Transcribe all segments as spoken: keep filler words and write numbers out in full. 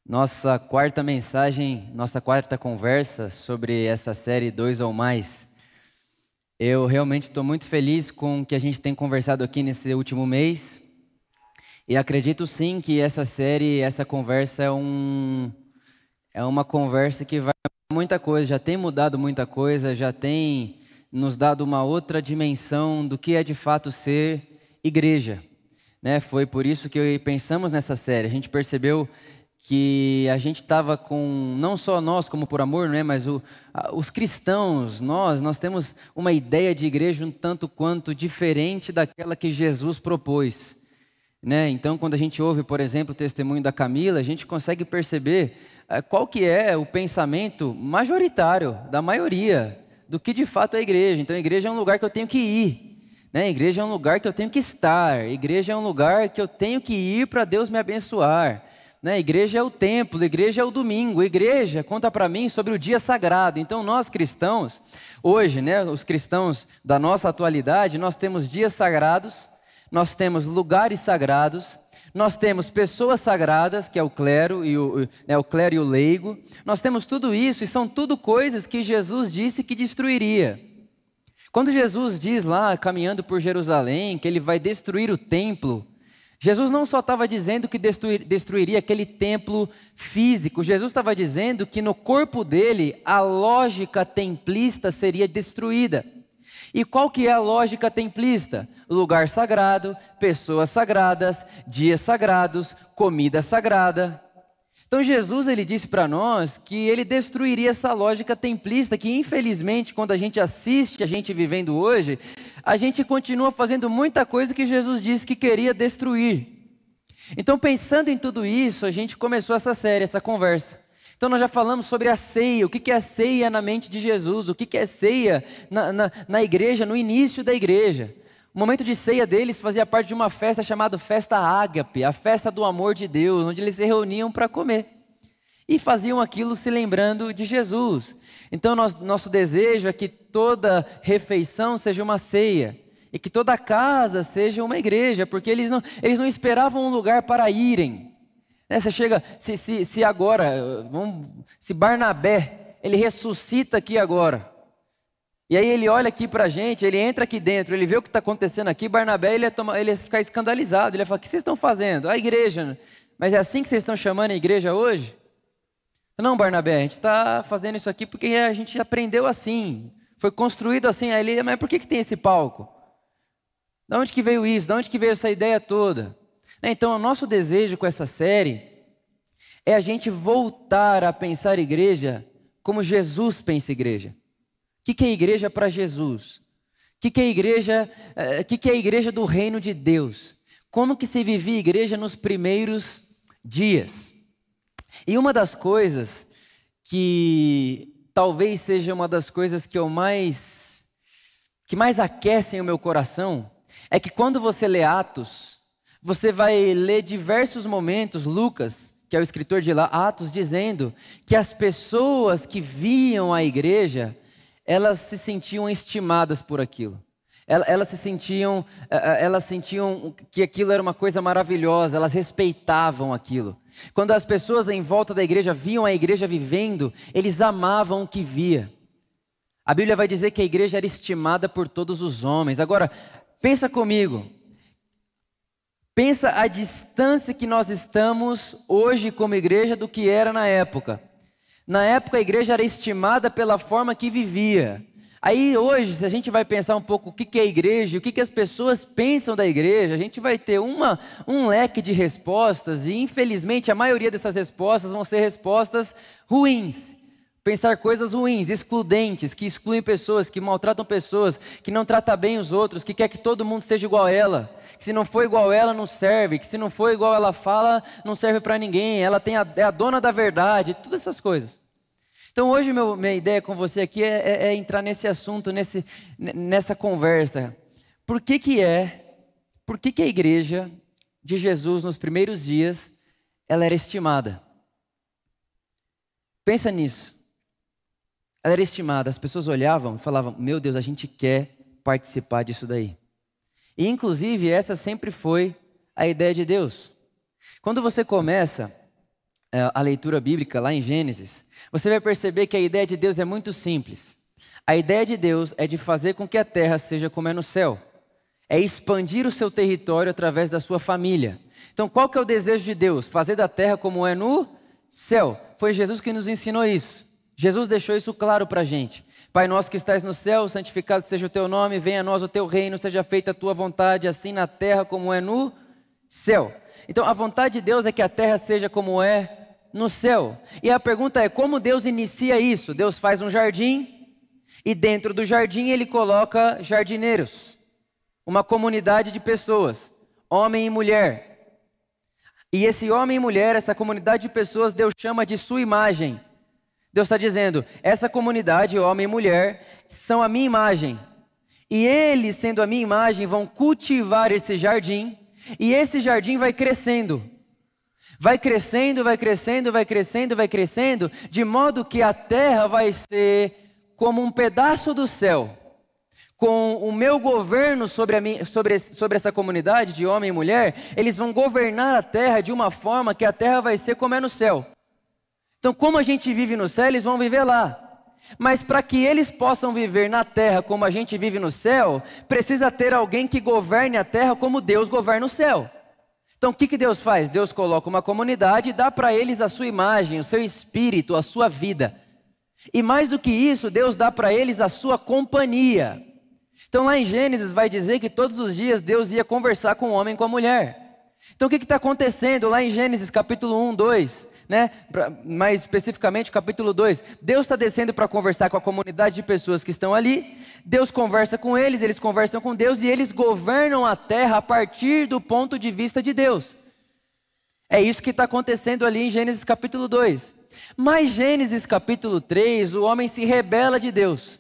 Nossa quarta mensagem, nossa quarta conversa sobre essa série Dois ou Mais. Eu realmente estou muito feliz com o que a gente tem conversado aqui nesse último mês. E acredito sim que essa série, essa conversa é, um, é uma conversa que vai mudar muita coisa, já tem mudado muita coisa, já tem nos dado uma outra dimensão do que é de fato ser igreja. Né? Foi por isso que pensamos nessa série. A gente percebeu que a gente estava com, não só nós como por amor, né, mas o, a, os cristãos, nós, nós temos uma ideia de igreja um tanto quanto diferente daquela que Jesus propôs. Né? Então, quando a gente ouve, por exemplo, o testemunho da Camila, a gente consegue perceber é, qual que é o pensamento majoritário da maioria do que de fato é a igreja. Então, a igreja é um lugar que eu tenho que ir. Né? A igreja é um lugar que eu tenho que estar. A igreja é um lugar que eu tenho que ir para Deus me abençoar. Né? Igreja é o templo, igreja é o domingo, igreja conta para mim sobre o dia sagrado. Então nós cristãos, hoje, né, os cristãos da nossa atualidade, nós temos dias sagrados, nós temos lugares sagrados, nós temos pessoas sagradas, que é o clero e o, né, o clero e o leigo. Nós temos tudo isso e são tudo coisas que Jesus disse que destruiria. Quando Jesus diz lá, caminhando por Jerusalém, que ele vai destruir o templo, Jesus não só estava dizendo que destruir, destruiria aquele templo físico, Jesus estava dizendo que no corpo dele a lógica templista seria destruída. E qual que é a lógica templista? Lugar sagrado, pessoas sagradas, dias sagrados, comida sagrada. Então Jesus ele disse para nós que ele destruiria essa lógica templista, que infelizmente quando a gente assiste a gente vivendo hoje, a gente continua fazendo muita coisa que Jesus disse que queria destruir. Então pensando em tudo isso, a gente começou essa série, essa conversa. Então nós já falamos sobre a ceia, o que é ceia na mente de Jesus, o que é ceia na, na, na igreja, no início da igreja. O momento de ceia deles fazia parte de uma festa chamada Festa Ágape, a festa do amor de Deus, onde eles se reuniam para comer. E faziam aquilo se lembrando de Jesus. Então nós, nosso desejo é que toda refeição seja uma ceia. E que toda casa seja uma igreja, porque eles não, eles não esperavam um lugar para irem. Né? Você chega, se, se, se agora, vamos, se Barnabé, ele ressuscita aqui agora. E aí ele olha aqui para a gente, ele entra aqui dentro, ele vê o que está acontecendo aqui, Barnabé ele ia, tomar, ele ia ficar escandalizado, ele ia falar, o que vocês estão fazendo? A igreja, mas é assim que vocês estão chamando a igreja hoje? Não, Barnabé, a gente está fazendo isso aqui porque a gente aprendeu assim, foi construído assim. Aí ele, mas por que, que tem esse palco? De onde que veio isso? De onde que veio essa ideia toda? Então o nosso desejo com essa série é a gente voltar a pensar a igreja como Jesus pensa a igreja. O que, que é igreja para Jesus? O que, que é igreja, o que, que é a igreja do reino de Deus? Como que se vivia a igreja nos primeiros dias? E uma das coisas que talvez seja uma das coisas que eu mais, que mais aquecem o meu coração, é que quando você lê Atos, você vai ler diversos momentos, Lucas, que é o escritor de lá, Atos, dizendo que as pessoas que viam a igreja, elas se sentiam estimadas por aquilo. Elas, elas se sentiam, elas sentiam que aquilo era uma coisa maravilhosa, elas respeitavam aquilo. Quando as pessoas em volta da igreja viam a igreja vivendo, eles amavam o que via. A Bíblia vai dizer que a igreja era estimada por todos os homens. Agora, pensa comigo. Pensa a distância que nós estamos hoje como igreja do que era na época. Na época a igreja era estimada pela forma que vivia. Aí hoje, se a gente vai pensar um pouco o que é a igreja, o que as pessoas pensam da igreja, a gente vai ter uma, um leque de respostas e infelizmente a maioria dessas respostas vão ser respostas ruins. Pensar coisas ruins, excludentes, que excluem pessoas, que maltratam pessoas, que não tratam bem os outros, que quer que todo mundo seja igual a ela, que se não for igual a ela não serve, que se não for igual ela fala não serve para ninguém, ela tem a, é a dona da verdade, todas essas coisas. Então hoje meu, minha ideia com você aqui é, é, é entrar nesse assunto, nesse, nessa conversa. Por que que é, por que que a igreja de Jesus nos primeiros dias, ela era estimada? Pensa nisso. Ela era estimada, as pessoas olhavam e falavam, meu Deus, a gente quer participar disso daí. E inclusive essa sempre foi a ideia de Deus. Quando você começa a leitura bíblica lá em Gênesis, você vai perceber que a ideia de Deus é muito simples. A ideia de Deus é de fazer com que a terra seja como é no céu. É expandir o seu território através da sua família. Então, qual que é o desejo de Deus? Fazer da terra como é no céu. Foi Jesus que nos ensinou isso. Jesus deixou isso claro para a gente. Pai nosso que estás no céu, santificado seja o teu nome, venha a nós o teu reino, seja feita a tua vontade, assim na terra como é no céu. Então, a vontade de Deus é que a terra seja como é no céu. E a pergunta é, como Deus inicia isso? Deus faz um jardim e dentro do jardim ele coloca jardineiros. Uma comunidade de pessoas, homem e mulher. E esse homem e mulher, essa comunidade de pessoas, Deus chama de sua imagem. Deus está dizendo, essa comunidade, homem e mulher, são a minha imagem. E eles, sendo a minha imagem, vão cultivar esse jardim. E esse jardim vai crescendo. Vai crescendo, vai crescendo, vai crescendo, vai crescendo. De modo que a terra vai ser como um pedaço do céu. Com o meu governo sobre, a minha, sobre, sobre essa comunidade de homem e mulher, eles vão governar a terra de uma forma que a terra vai ser como é no céu. Então, como a gente vive no céu, eles vão viver lá. Mas para que eles possam viver na terra como a gente vive no céu, precisa ter alguém que governe a terra como Deus governa o céu. Então, o que, que Deus faz? Deus coloca uma comunidade e dá para eles a sua imagem, o seu espírito, a sua vida. E mais do que isso, Deus dá para eles a sua companhia. Então lá em Gênesis vai dizer que todos os dias Deus ia conversar com o homem e com a mulher. Então o que está acontecendo lá em Gênesis capítulo um, dois, né? Mais especificamente capítulo dois, Deus está descendo para conversar com a comunidade de pessoas que estão ali, Deus conversa com eles, eles conversam com Deus e eles governam a terra a partir do ponto de vista de Deus. É isso que está acontecendo ali em Gênesis capítulo dois. Mas Gênesis capítulo três, o homem se rebela de Deus.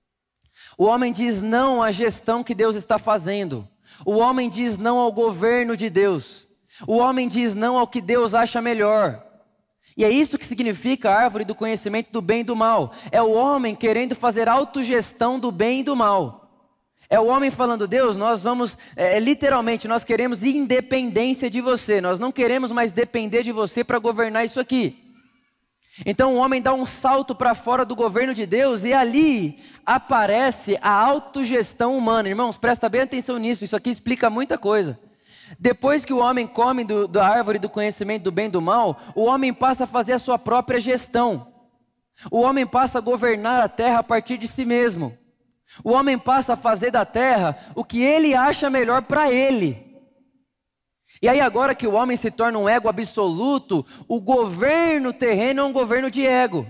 O homem diz não à gestão que Deus está fazendo. O homem diz não ao governo de Deus. O homem diz não ao que Deus acha melhor. E é isso que significa a árvore do conhecimento do bem e do mal. É o homem querendo fazer autogestão do bem e do mal. É o homem falando, Deus, nós vamos, é, literalmente, nós queremos independência de você. Nós não queremos mais depender de você para governar isso aqui. Então o homem dá um salto para fora do governo de Deus e ali aparece a autogestão humana. Irmãos, presta bem atenção nisso, isso aqui explica muita coisa. Depois que o homem come do, da árvore do conhecimento do bem e do mal, o homem passa a fazer a sua própria gestão. O homem passa a governar a terra a partir de si mesmo. O homem passa a fazer da terra o que ele acha melhor para ele. E aí agora que o homem se torna um ego absoluto, o governo terreno é um governo de ego.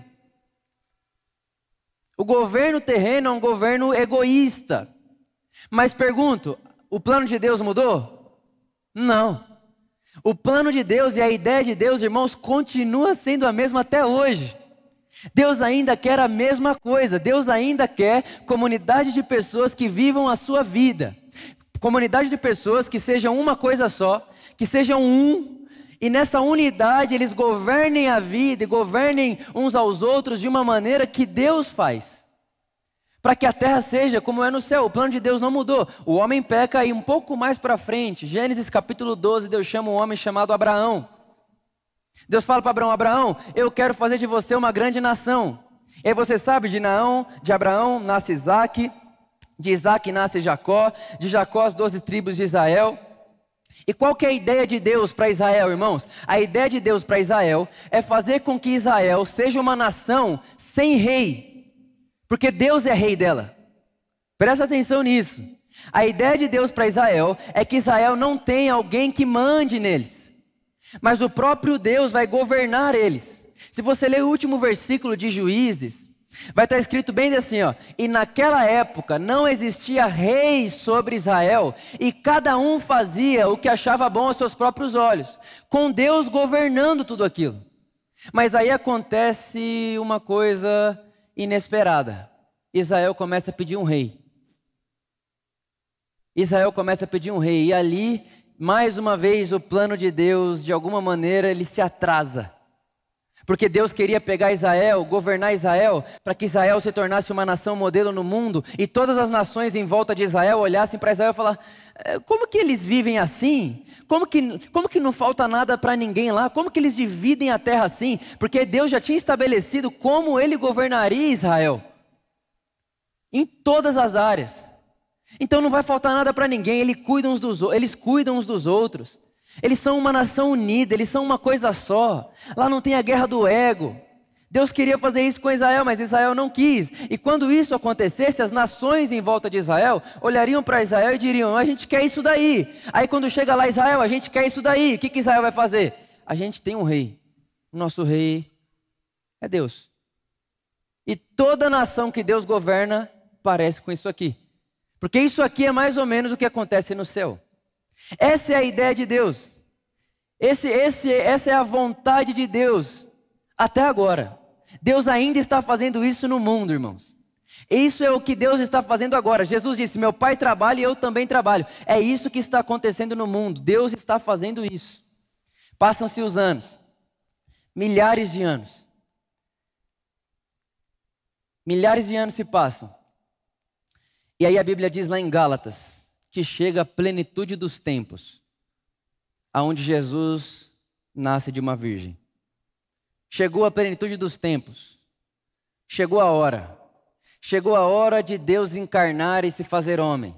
O governo terreno é um governo egoísta. Mas pergunto, o plano de Deus mudou? Não. O plano de Deus e a ideia de Deus, irmãos, continua sendo a mesma até hoje. Deus ainda quer a mesma coisa. Deus ainda quer comunidade de pessoas que vivam a sua vida. Comunidade de pessoas que sejam uma coisa só, que sejam um, e nessa unidade eles governem a vida e governem uns aos outros de uma maneira que Deus faz. Para que a terra seja como é no céu. O plano de Deus não mudou. O homem peca e um pouco mais para frente, Gênesis capítulo doze, Deus chama um homem chamado Abraão. Deus fala para Abraão, Abraão, eu quero fazer de você uma grande nação. E aí você sabe, de Naão, de Abraão nasce Isaac, de Isaac nasce Jacó, de Jacó as doze tribos de Israel. E qual que é a ideia de Deus para Israel, irmãos? A ideia de Deus para Israel é fazer com que Israel seja uma nação sem rei, porque Deus é rei dela. Presta atenção nisso. A ideia de Deus para Israel é que Israel não tenha alguém que mande neles, mas o próprio Deus vai governar eles. Se você ler o último versículo de Juízes, vai estar escrito bem assim, ó, e naquela época não existia rei sobre Israel, e cada um fazia o que achava bom aos seus próprios olhos, com Deus governando tudo aquilo. Mas aí acontece uma coisa inesperada. Israel começa a pedir um rei. Israel começa a pedir um rei, e ali, mais uma vez, o plano de Deus, de alguma maneira, ele se atrasa. Porque Deus queria pegar Israel, governar Israel, para que Israel se tornasse uma nação modelo no mundo, e todas as nações em volta de Israel olhassem para Israel e falassem: como que eles vivem assim? Como que, como que não falta nada para ninguém lá? Como que eles dividem a terra assim? Porque Deus já tinha estabelecido como Ele governaria Israel, em todas as áreas. Então não vai faltar nada para ninguém, eles cuidam uns dos, eles cuidam uns dos outros. Eles são uma nação unida, eles são uma coisa só. Lá não tem a guerra do ego. Deus queria fazer isso com Israel, mas Israel não quis. E quando isso acontecesse, as nações em volta de Israel olhariam para Israel e diriam: a gente quer isso daí. Aí quando chega lá Israel, a gente quer isso daí. O que, que Israel vai fazer? A gente tem um rei. O nosso rei é Deus. E toda nação que Deus governa parece com isso aqui. Porque isso aqui é mais ou menos o que acontece no céu. Essa é a ideia de Deus. Esse, esse, essa é a vontade de Deus até agora. Deus ainda está fazendo isso no mundo, irmãos. Isso é o que Deus está fazendo agora. Jesus disse: meu Pai trabalha e eu também trabalho. É isso que está acontecendo no mundo. Deus está fazendo isso. Passam-se os anos. Milhares de anos. Milhares de anos se passam. E aí a Bíblia diz lá em Gálatas que chega a plenitude dos tempos, aonde Jesus nasce de uma virgem. Chegou a plenitude dos tempos. Chegou a hora. Chegou a hora de Deus encarnar e se fazer homem.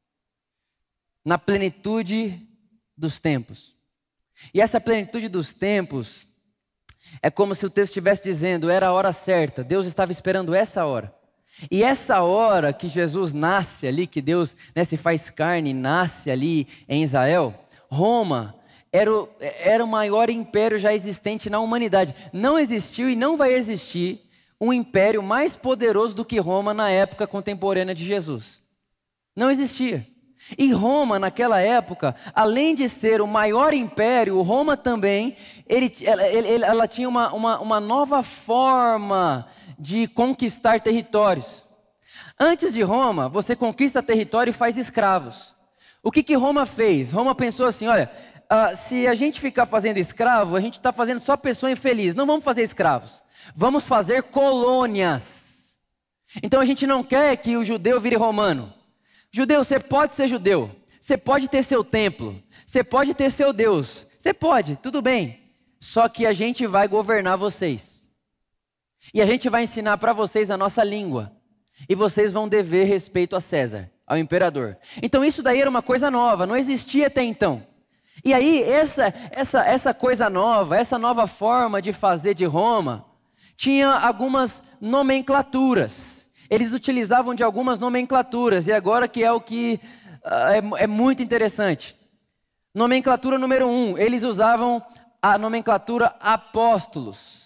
Na plenitude dos tempos. E essa plenitude dos tempos é como se o texto estivesse dizendo: era a hora certa. Deus estava esperando essa hora. E essa hora que Jesus nasce ali, que Deus, né, se faz carne, nasce ali em Israel, Roma era o, era o maior império já existente na humanidade. Não existiu e não vai existir um império mais poderoso do que Roma na época contemporânea de Jesus. Não existia. E Roma, naquela época, além de ser o maior império, Roma também, ele, ela, ele, ela tinha uma, uma, uma nova forma de conquistar territórios. Antes de Roma, você conquista território e faz escravos. O que que Roma fez? Roma pensou assim: olha, uh, se a gente ficar fazendo escravo, a gente está fazendo só pessoa infeliz. Não vamos fazer escravos. Vamos fazer colônias. Então a gente não quer que o judeu vire romano. Judeu, você pode ser judeu. Você pode ter seu templo. Você pode ter seu Deus. Você pode, tudo bem. Só que a gente vai governar vocês. E a gente vai ensinar para vocês a nossa língua. E vocês vão dever respeito a César, ao imperador. Então isso daí era uma coisa nova, não existia até então. E aí essa, essa, essa coisa nova, essa nova forma de fazer de Roma, tinha algumas nomenclaturas. Eles utilizavam de algumas nomenclaturas. E agora que é o que uh, é, é muito interessante. Nomenclatura número um, eles usavam a nomenclatura apóstolos.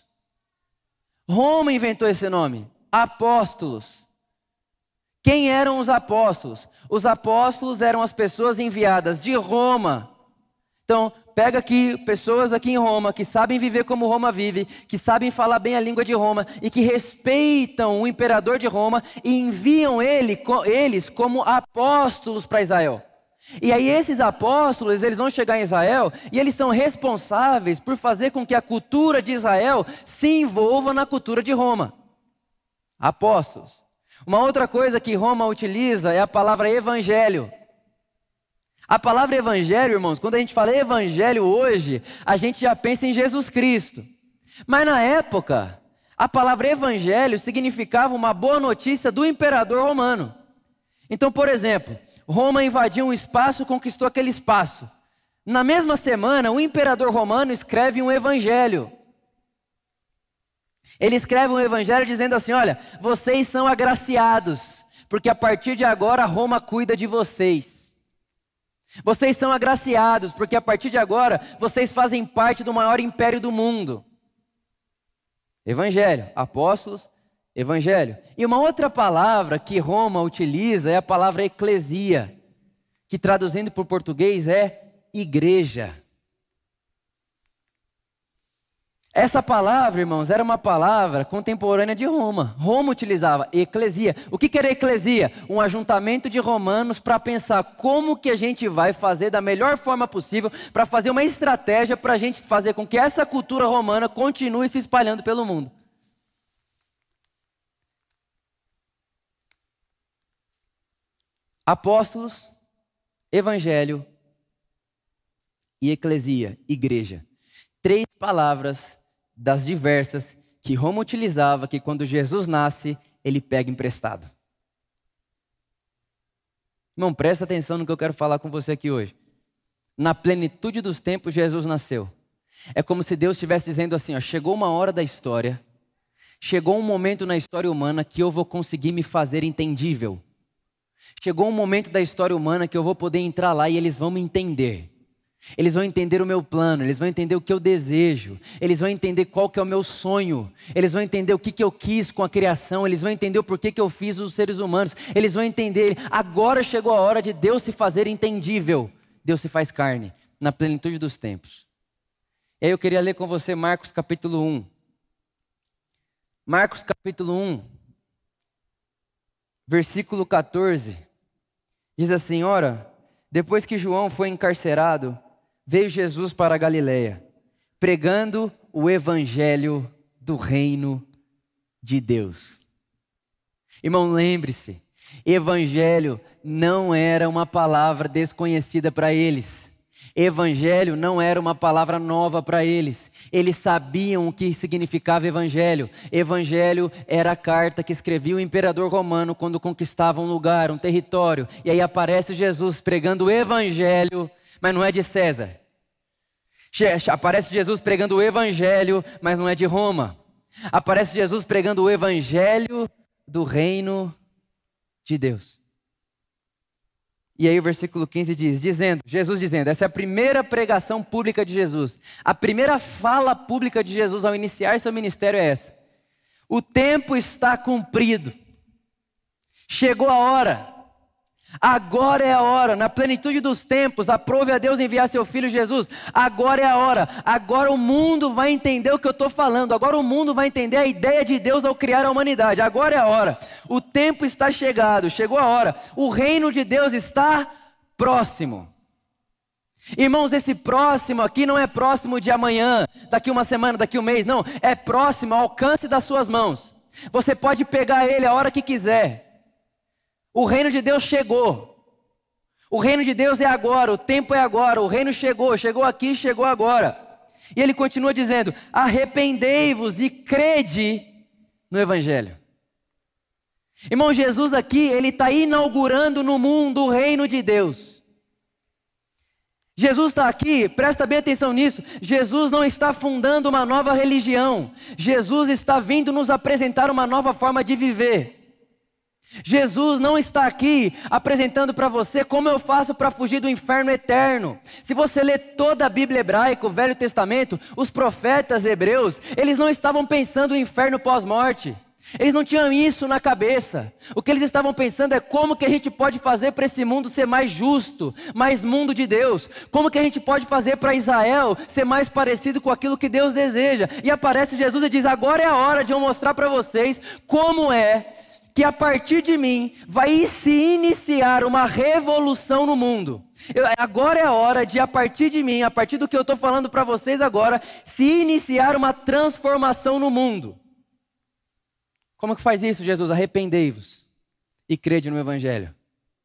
Roma inventou esse nome, apóstolos. Quem eram os apóstolos? Os apóstolos eram as pessoas enviadas de Roma. Então, pega aqui pessoas aqui em Roma que sabem viver como Roma vive, que sabem falar bem a língua de Roma e que respeitam o imperador de Roma e enviam ele, eles como apóstolos para Israel. E aí esses apóstolos, eles vão chegar em Israel e eles são responsáveis por fazer com que a cultura de Israel se envolva na cultura de Roma. Apóstolos. Uma outra coisa que Roma utiliza é a palavra evangelho. A palavra evangelho, irmãos, quando a gente fala evangelho hoje, a gente já pensa em Jesus Cristo. Mas na época, a palavra evangelho significava uma boa notícia do imperador romano. Então, por exemplo, Roma invadiu um espaço, conquistou aquele espaço. Na mesma semana, o imperador romano escreve um evangelho. Ele escreve um evangelho dizendo assim: olha, vocês são agraciados, porque a partir de agora Roma cuida de vocês. Vocês são agraciados, porque a partir de agora vocês fazem parte do maior império do mundo. Evangelho, apóstolos, evangelho. E uma outra palavra que Roma utiliza é a palavra eclesia, que traduzindo para o português é igreja. Essa palavra, irmãos, era uma palavra contemporânea de Roma. Roma utilizava eclesia. O que era eclesia? Um ajuntamento de romanos para pensar como que a gente vai fazer da melhor forma possível, para fazer uma estratégia para a gente fazer com que essa cultura romana continue se espalhando pelo mundo. Apóstolos, evangelho e eclesia, igreja. Três palavras das diversas que Roma utilizava, que quando Jesus nasce, ele pega emprestado. Irmão, presta atenção no que eu quero falar com você aqui hoje. Na plenitude dos tempos, Jesus nasceu. É como se Deus estivesse dizendo assim, ó, chegou uma hora da história, chegou um momento na história humana que eu vou conseguir me fazer entendível. Chegou um momento da história humana que eu vou poder entrar lá e eles vão me entender. Eles vão entender o meu plano, eles vão entender o que eu desejo, eles vão entender qual que é o meu sonho, eles vão entender o que, que eu quis com a criação, eles vão entender o porquê que eu fiz os seres humanos, eles vão entender, agora chegou a hora de Deus se fazer entendível. Deus se faz carne, na plenitude dos tempos. E aí eu queria ler com você Marcos capítulo um. Marcos capítulo um, versículo quatorze, diz assim, ora, depois que João foi encarcerado, veio Jesus para a Galileia, pregando o evangelho do reino de Deus. Irmão, lembre-se, evangelho não era uma palavra desconhecida para eles. Evangelho não era uma palavra nova para eles. Eles sabiam o que significava evangelho. Evangelho era a carta que escrevia o imperador romano quando conquistava um lugar, um território. E aí aparece Jesus pregando o evangelho, mas não é de César. Aparece Jesus pregando o evangelho, mas não é de Roma. Aparece Jesus pregando o evangelho do reino de Deus. E aí o versículo quinze diz, dizendo, Jesus dizendo, essa é a primeira pregação pública de Jesus. A primeira fala pública de Jesus ao iniciar seu ministério é essa. O tempo está cumprido. Chegou a hora. Agora é a hora. Na plenitude dos tempos, aprove a Deus enviar seu filho Jesus. Agora é a hora. Agora o mundo vai entender o que eu estou falando. Agora o mundo vai entender a ideia de Deus ao criar a humanidade. Agora é a hora. O tempo está chegado. Chegou a hora. O reino de Deus está próximo. Irmãos, esse próximo aqui não é próximo de amanhã, daqui uma semana, daqui um mês. Não, é próximo ao alcance das suas mãos. Você pode pegar ele a hora que quiser. O reino de Deus chegou. O reino de Deus é agora, o tempo é agora, o reino chegou, chegou aqui, chegou agora. E ele continua dizendo, arrependei-vos e crede no evangelho. Irmão, Jesus aqui, ele está inaugurando no mundo o reino de Deus. Jesus está aqui, presta bem atenção nisso, Jesus não está fundando uma nova religião. Jesus está vindo nos apresentar uma nova forma de viver. Jesus não está aqui apresentando para você como eu faço para fugir do inferno eterno. Se você ler toda a Bíblia hebraica, o Velho Testamento, os profetas hebreus, eles não estavam pensando no inferno pós-morte. Eles não tinham isso na cabeça. O que eles estavam pensando é como que a gente pode fazer para esse mundo ser mais justo, mais mundo de Deus. Como que a gente pode fazer para Israel ser mais parecido com aquilo que Deus deseja. E aparece Jesus e diz, agora é a hora de eu mostrar para vocês como é que a partir de mim vai se iniciar uma revolução no mundo. Eu, agora é a hora de, a partir de mim, a partir do que eu estou falando para vocês agora, se iniciar uma transformação no mundo. Como que faz isso, Jesus? Arrependei-vos e crede no evangelho.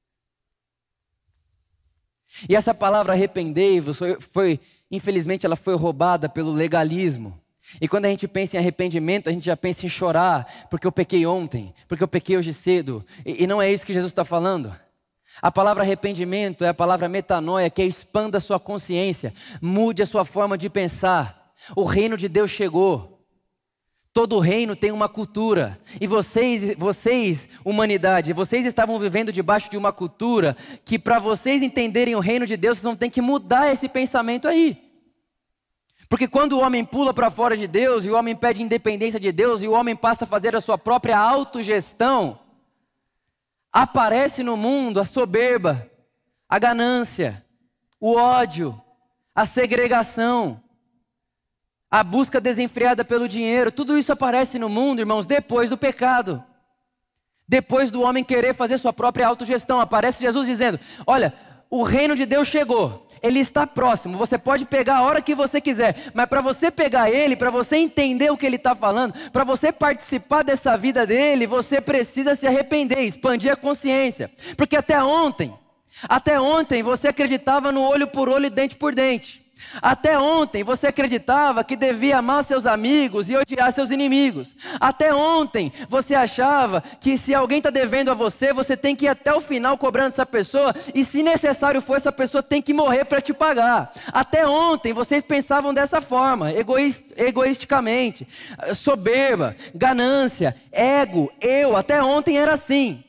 E essa palavra arrependei-vos foi, foi, infelizmente, ela foi roubada pelo legalismo. E quando a gente pensa em arrependimento, a gente já pensa em chorar, porque eu pequei ontem, porque eu pequei hoje cedo. E, e não é isso que Jesus está falando. A palavra arrependimento é a palavra metanoia, que é expanda a sua consciência, mude a sua forma de pensar. O reino de Deus chegou. Todo reino tem uma cultura. E vocês, vocês, humanidade, vocês estavam vivendo debaixo de uma cultura que para vocês entenderem o reino de Deus, vocês vão ter que mudar esse pensamento aí. Porque quando o homem pula para fora de Deus, e o homem pede independência de Deus, e o homem passa a fazer a sua própria autogestão, aparece no mundo a soberba, a ganância, o ódio, a segregação, a busca desenfreada pelo dinheiro, tudo isso aparece no mundo, irmãos, depois do pecado. Depois do homem querer fazer sua própria autogestão, aparece Jesus dizendo: olha, o reino de Deus chegou, ele está próximo, você pode pegar a hora que você quiser, mas para você pegar ele, para você entender o que ele está falando, para você participar dessa vida dele, você precisa se arrepender, expandir a consciência, porque até ontem, até ontem você acreditava no olho por olho e dente por dente. Até ontem você acreditava que devia amar seus amigos e odiar seus inimigos. Até ontem você achava que se alguém está devendo a você, você tem que ir até o final cobrando essa pessoa, e se necessário for, essa pessoa tem que morrer para te pagar. Até ontem vocês pensavam dessa forma, egoíst, egoisticamente, soberba, ganância, ego, eu, até ontem era assim.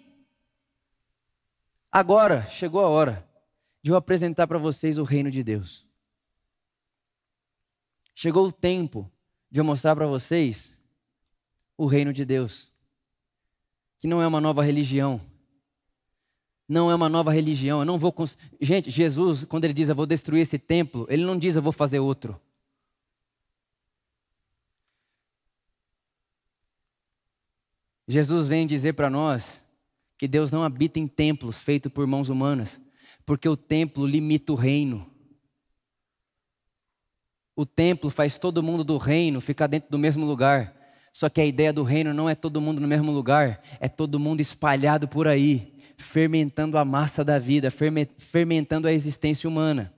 Agora chegou a hora de eu apresentar para vocês o reino de Deus. Chegou o tempo de eu mostrar para vocês o reino de Deus, que não é uma nova religião, não é uma nova religião, eu não vou... Cons... Gente, Jesus, quando ele diz eu vou destruir esse templo, ele não diz eu vou fazer outro. Jesus vem dizer para nós que Deus não habita em templos feitos por mãos humanas, porque o templo limita o reino. O templo faz todo mundo do reino ficar dentro do mesmo lugar. Só que a ideia do reino não é todo mundo no mesmo lugar, é todo mundo espalhado por aí, fermentando a massa da vida, fermentando a existência humana.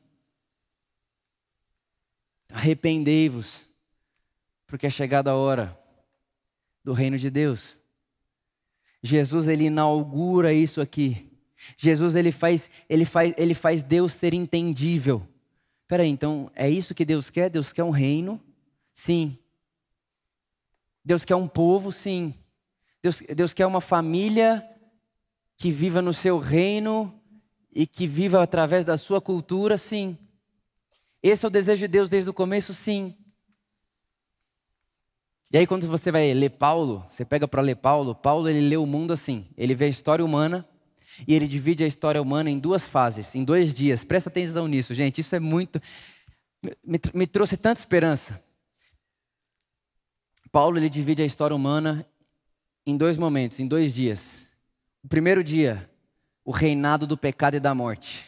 Arrependei-vos, porque é chegada a hora do reino de Deus. Jesus, ele inaugura isso aqui. Jesus, ele faz, ele faz, ele faz Deus ser entendível. Peraí, então é isso que Deus quer? Deus quer um reino? Sim. Deus quer um povo? Sim. Deus, Deus quer uma família que viva no seu reino e que viva através da sua cultura? Sim. Esse é o desejo de Deus desde o começo? Sim. E aí quando você vai ler Paulo, você pega para ler Paulo, Paulo ele lê o mundo assim, ele vê a história humana, e ele divide a história humana em duas fases, em dois dias. Presta atenção nisso, gente. Isso é muito... Me, me trouxe tanta esperança. Paulo, ele divide a história humana em dois momentos, em dois dias. O primeiro dia, o reinado do pecado e da morte.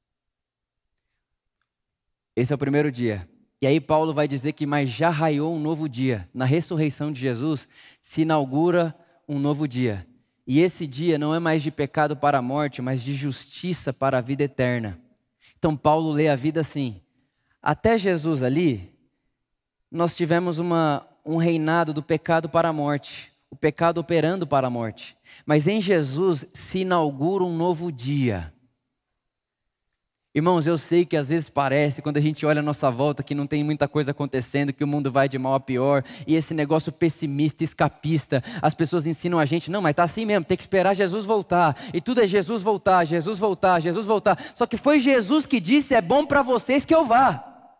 Esse é o primeiro dia. E aí Paulo vai dizer que mas já raiou um novo dia. Na ressurreição de Jesus, se inaugura um novo dia. E esse dia não é mais de pecado para a morte, mas de justiça para a vida eterna. Então Paulo lê a vida assim. Até Jesus ali, nós tivemos uma, um reinado do pecado para a morte. O pecado operando para a morte. Mas em Jesus se inaugura um novo dia. Irmãos, eu sei que às vezes parece, quando a gente olha a nossa volta, que não tem muita coisa acontecendo, que o mundo vai de mal a pior, e esse negócio pessimista, escapista, as pessoas ensinam a gente, não, mas tá assim mesmo, tem que esperar Jesus voltar, e tudo é Jesus voltar, Jesus voltar, Jesus voltar, só que foi Jesus que disse, é bom para vocês que eu vá.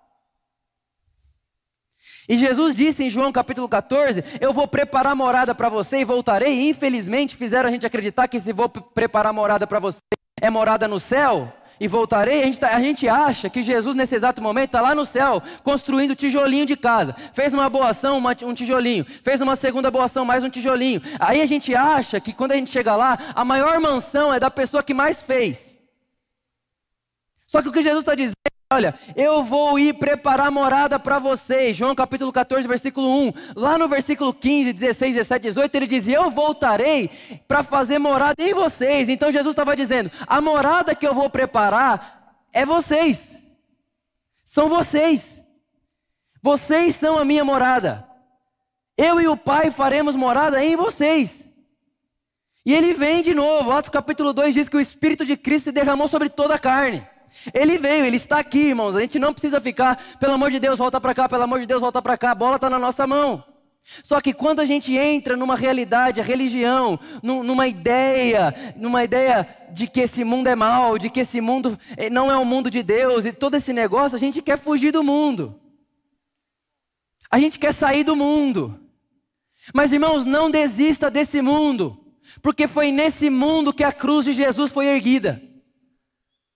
E Jesus disse em João capítulo catorze, eu vou preparar morada para você e voltarei, e infelizmente fizeram a gente acreditar que se vou preparar morada para você, é morada no céu, e voltarei, a gente, tá, a gente acha que Jesus nesse exato momento está lá no céu, construindo tijolinho de casa, fez uma boa ação, uma, um tijolinho, fez uma segunda boa ação, mais um tijolinho, aí a gente acha que quando a gente chega lá, a maior mansão é da pessoa que mais fez. Só que o que Jesus está dizendo, olha, eu vou ir preparar morada para vocês, João capítulo catorze, versículo um, lá no versículo quinze, dezesseis, dezessete, dezoito, ele diz, eu voltarei para fazer morada em vocês. Então Jesus estava dizendo, a morada que eu vou preparar é vocês, são vocês, vocês são a minha morada, eu e o Pai faremos morada em vocês. E ele vem de novo, Atos capítulo dois diz que o Espírito de Cristo se derramou sobre toda a carne. Ele veio, ele está aqui, irmãos. A gente não precisa ficar, pelo amor de Deus, volta para cá, pelo amor de Deus, volta para cá. A bola está na nossa mão. Só que quando a gente entra numa realidade, a religião, numa ideia, numa ideia de que esse mundo é mau, de que esse mundo não é o mundo de Deus, e todo esse negócio, a gente quer fugir do mundo. A gente quer sair do mundo. Mas, irmãos, não desista desse mundo, porque foi nesse mundo que a cruz de Jesus foi erguida.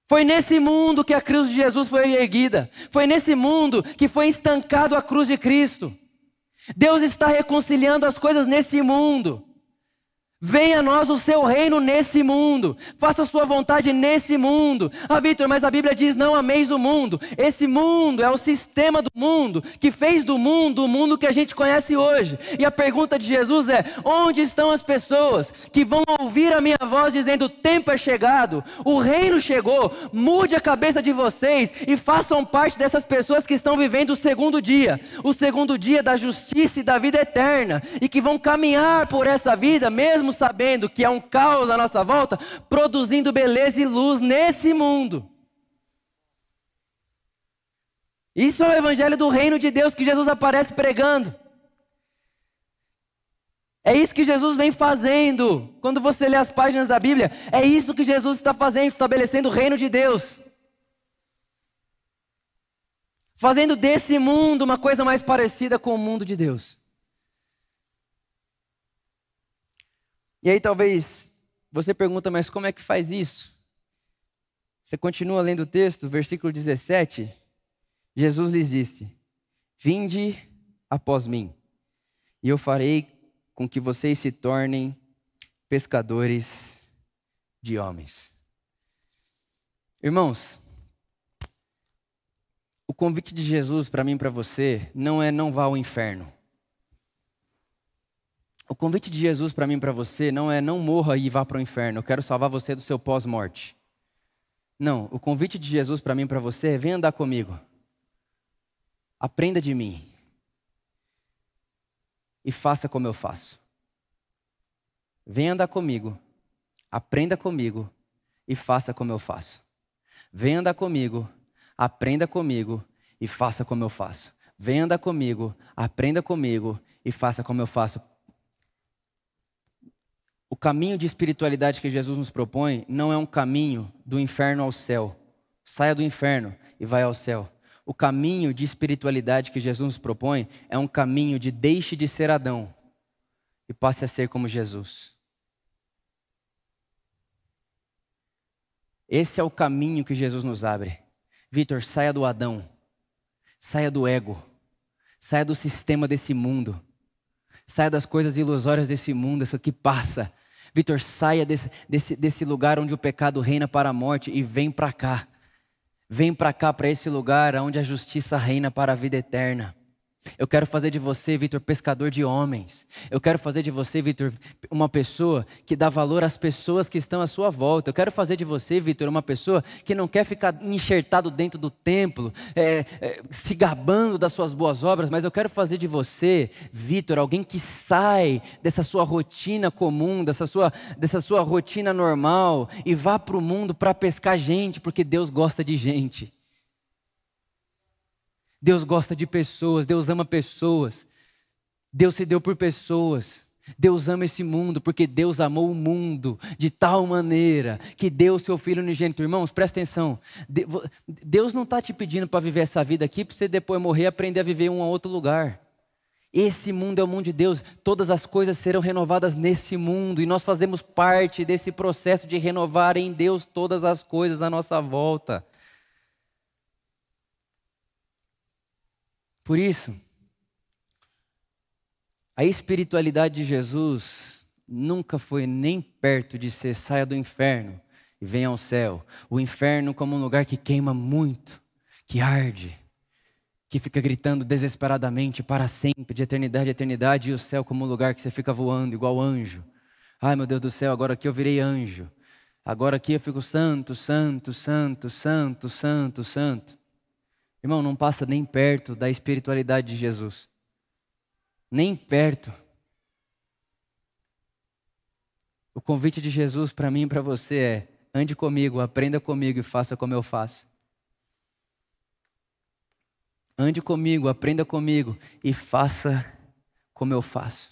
Foi nesse mundo que a cruz de Jesus foi erguida. Foi nesse mundo que foi estancado a cruz de Cristo. Deus está reconciliando as coisas nesse mundo. Venha a nós o seu reino nesse mundo. Faça a sua vontade nesse mundo. Ah, Vitor, mas a Bíblia diz: não ameis o mundo. Esse mundo é o sistema do mundo, que fez do mundo o mundo que a gente conhece hoje. E a pergunta de Jesus é: onde estão as pessoas que vão ouvir a minha voz dizendo: o tempo é chegado, o reino chegou, mude a cabeça de vocês e façam parte dessas pessoas que estão vivendo o segundo dia. O segundo dia da justiça e da vida eterna. E que vão caminhar por essa vida mesmo sabendo que há um caos à nossa volta, produzindo beleza e luz nesse mundo. Isso é o evangelho do reino de Deus que Jesus aparece pregando. É isso que Jesus vem fazendo. Quando você lê as páginas da Bíblia, é isso que Jesus está fazendo, estabelecendo o reino de Deus. Fazendo desse mundo uma coisa mais parecida com o mundo de Deus. E aí talvez você pergunta: mas como é que faz isso? Você continua lendo o texto, versículo dezessete. Jesus lhes disse: vinde após mim, e eu farei com que vocês se tornem pescadores de homens. Irmãos, o convite de Jesus para mim e para você não é não vá ao inferno. O convite de Jesus para mim e para você não é não morra e vá para o inferno, eu quero salvar você do seu pós-morte. Não, o convite de Jesus para mim e para você é: vem andar comigo. Aprenda de mim. E faça como eu faço. Vem andar comigo. Aprenda comigo. E faça como eu faço. Vem andar comigo. Aprenda comigo. E faça como eu faço. Vem andar comigo. Aprenda comigo. E faça como eu faço. O caminho de espiritualidade que Jesus nos propõe não é um caminho do inferno ao céu. Saia do inferno e vai ao céu. O caminho de espiritualidade que Jesus nos propõe é um caminho de deixe de ser Adão e passe a ser como Jesus. Esse é o caminho que Jesus nos abre. Vitor, saia do Adão. Saia do ego. Saia do sistema desse mundo. Saia das coisas ilusórias desse mundo, isso que passa. Vitor, saia desse, desse, desse lugar onde o pecado reina para a morte e vem para cá. Vem para cá, para esse lugar onde a justiça reina para a vida eterna. Eu quero fazer de você, Vitor, pescador de homens. Eu quero fazer de você, Vitor, uma pessoa que dá valor às pessoas que estão à sua volta. Eu quero fazer de você, Vitor, uma pessoa que não quer ficar enxertado dentro do templo, é, é, se gabando das suas boas obras, mas eu quero fazer de você, Vitor, alguém que sai dessa sua rotina comum, dessa sua, dessa sua rotina normal e vá para o mundo para pescar gente, porque Deus gosta de gente. Deus gosta de pessoas, Deus ama pessoas, Deus se deu por pessoas, Deus ama esse mundo, porque Deus amou o mundo de tal maneira que deu o seu Filho unigênito. Irmãos, presta atenção, Deus não está te pedindo para viver essa vida aqui, para você depois morrer e aprender a viver em um outro lugar. Esse mundo é o mundo de Deus, todas as coisas serão renovadas nesse mundo, e nós fazemos parte desse processo de renovar em Deus todas as coisas à nossa volta. Por isso, a espiritualidade de Jesus nunca foi nem perto de ser saia do inferno e venha ao céu. O inferno como um lugar que queima muito, que arde, que fica gritando desesperadamente para sempre, de eternidade a eternidade, e o céu como um lugar que você fica voando igual anjo. Ai, meu Deus do céu, agora aqui eu virei anjo. Agora aqui eu fico santo, santo, santo, santo, santo, santo. Irmão, não passa nem perto da espiritualidade de Jesus. Nem perto. O convite de Jesus para mim e para você é: ande comigo, aprenda comigo e faça como eu faço. Ande comigo, aprenda comigo e faça como eu faço.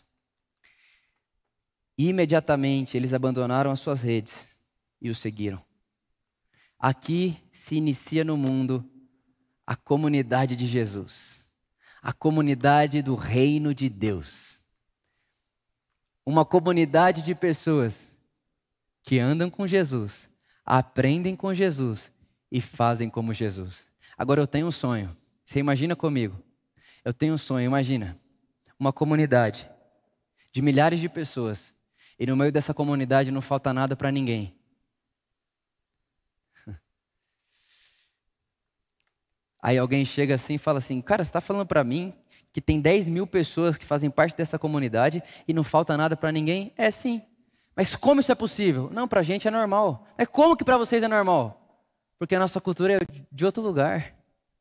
E imediatamente eles abandonaram as suas redes e o seguiram. Aqui se inicia no mundo a comunidade de Jesus, a comunidade do reino de Deus. Uma comunidade de pessoas que andam com Jesus, aprendem com Jesus e fazem como Jesus. Agora eu tenho um sonho. Você imagina comigo? Eu tenho um sonho, imagina. Uma comunidade de milhares de pessoas. E no meio dessa comunidade não falta nada para ninguém. Aí alguém chega assim e fala assim, cara, você está falando para mim que tem dez mil pessoas que fazem parte dessa comunidade e não falta nada para ninguém? É sim. Mas como isso é possível? Não, para a gente é normal. Mas como que para vocês é normal? Porque a nossa cultura é de outro lugar.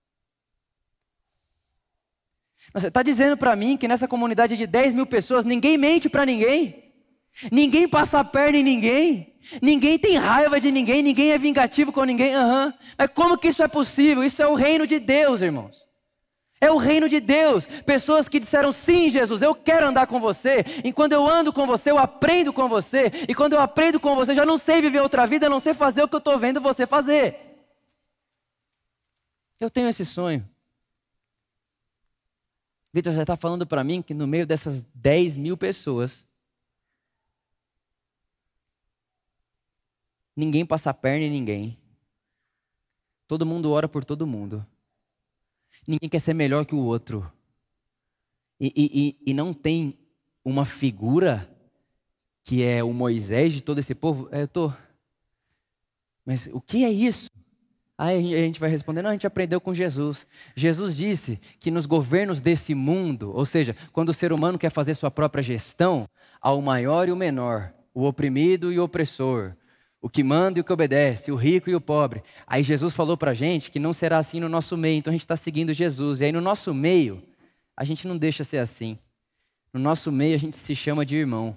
Você está dizendo para mim que nessa comunidade de dez mil pessoas ninguém mente para ninguém? Ninguém passa a perna em ninguém? Ninguém tem raiva de ninguém? Ninguém é vingativo com ninguém? Uhum. Mas como que isso é possível? Isso é o reino de Deus, irmãos. É o reino de Deus. Pessoas que disseram, sim, Jesus, eu quero andar com você. E quando eu ando com você, eu aprendo com você. E quando eu aprendo com você, eu já não sei viver outra vida, eu não sei fazer o que eu estou vendo você fazer. Eu tenho esse sonho. Vitor, você está falando para mim que no meio dessas dez mil pessoas, ninguém passa a perna em ninguém. Todo mundo ora por todo mundo. Ninguém quer ser melhor que o outro. E, e, e, e não tem uma figura que é o Moisés de todo esse povo. É, eu tô... Mas o que é isso? Aí a gente vai responder, não, a gente aprendeu com Jesus. Jesus disse que nos governos desse mundo, ou seja, quando o ser humano quer fazer sua própria gestão, há o maior e o menor, o oprimido e o opressor, o que manda e o que obedece, o rico e o pobre. Aí Jesus falou pra gente que não será assim no nosso meio, então a gente está seguindo Jesus. E aí no nosso meio, a gente não deixa ser assim. No nosso meio a gente se chama de irmão.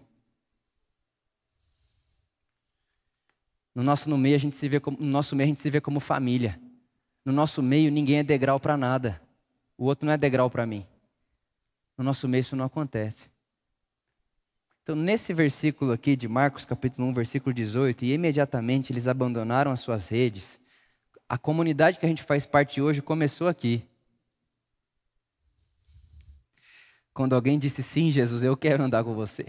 No nosso, no meio, a gente se vê como, no nosso meio a gente se vê como família. No nosso meio ninguém é degrau para nada. O outro não é degrau para mim. No nosso meio isso não acontece. Então nesse versículo aqui de Marcos capítulo um, versículo dezoito, e imediatamente eles abandonaram as suas redes. A comunidade que a gente faz parte hoje começou aqui. Quando alguém disse, sim, Jesus, eu quero andar com você.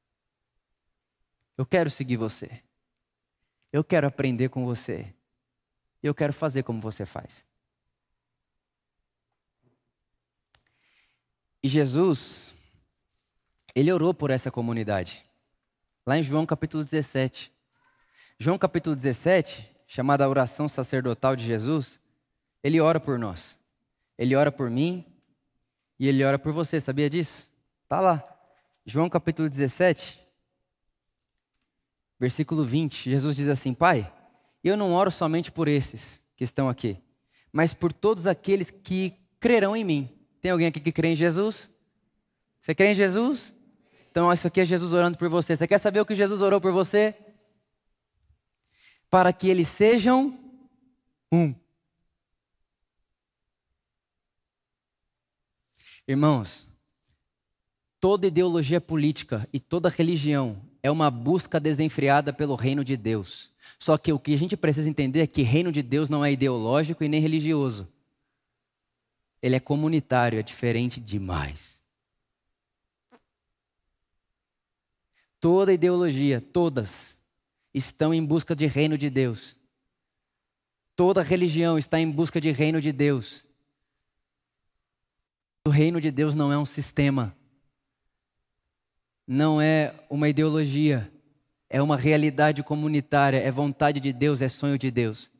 Eu quero seguir você. Eu quero aprender com você. Eu quero fazer como você faz. E Jesus, ele orou por essa comunidade. Lá em João capítulo dezessete. João capítulo dezessete, chamada a oração sacerdotal de Jesus, ele ora por nós. Ele ora por mim e ele ora por você. Sabia disso? Tá lá. João capítulo dezessete. Versículo vinte, Jesus diz assim, Pai, eu não oro somente por esses que estão aqui, mas por todos aqueles que crerão em mim. Tem alguém aqui que crê em Jesus? Você crê em Jesus? Então isso aqui é Jesus orando por você. Você quer saber o que Jesus orou por você? Para que eles sejam um. Irmãos, toda ideologia política e toda religião é uma busca desenfreada pelo reino de Deus. Só que o que a gente precisa entender é que reino de Deus não é ideológico e nem religioso. Ele é comunitário, é diferente demais. Toda ideologia, todas, estão em busca de reino de Deus. Toda religião está em busca de reino de Deus. O reino de Deus não é um sistema. Não é uma ideologia, é uma realidade comunitária, é vontade de Deus, é sonho de Deus.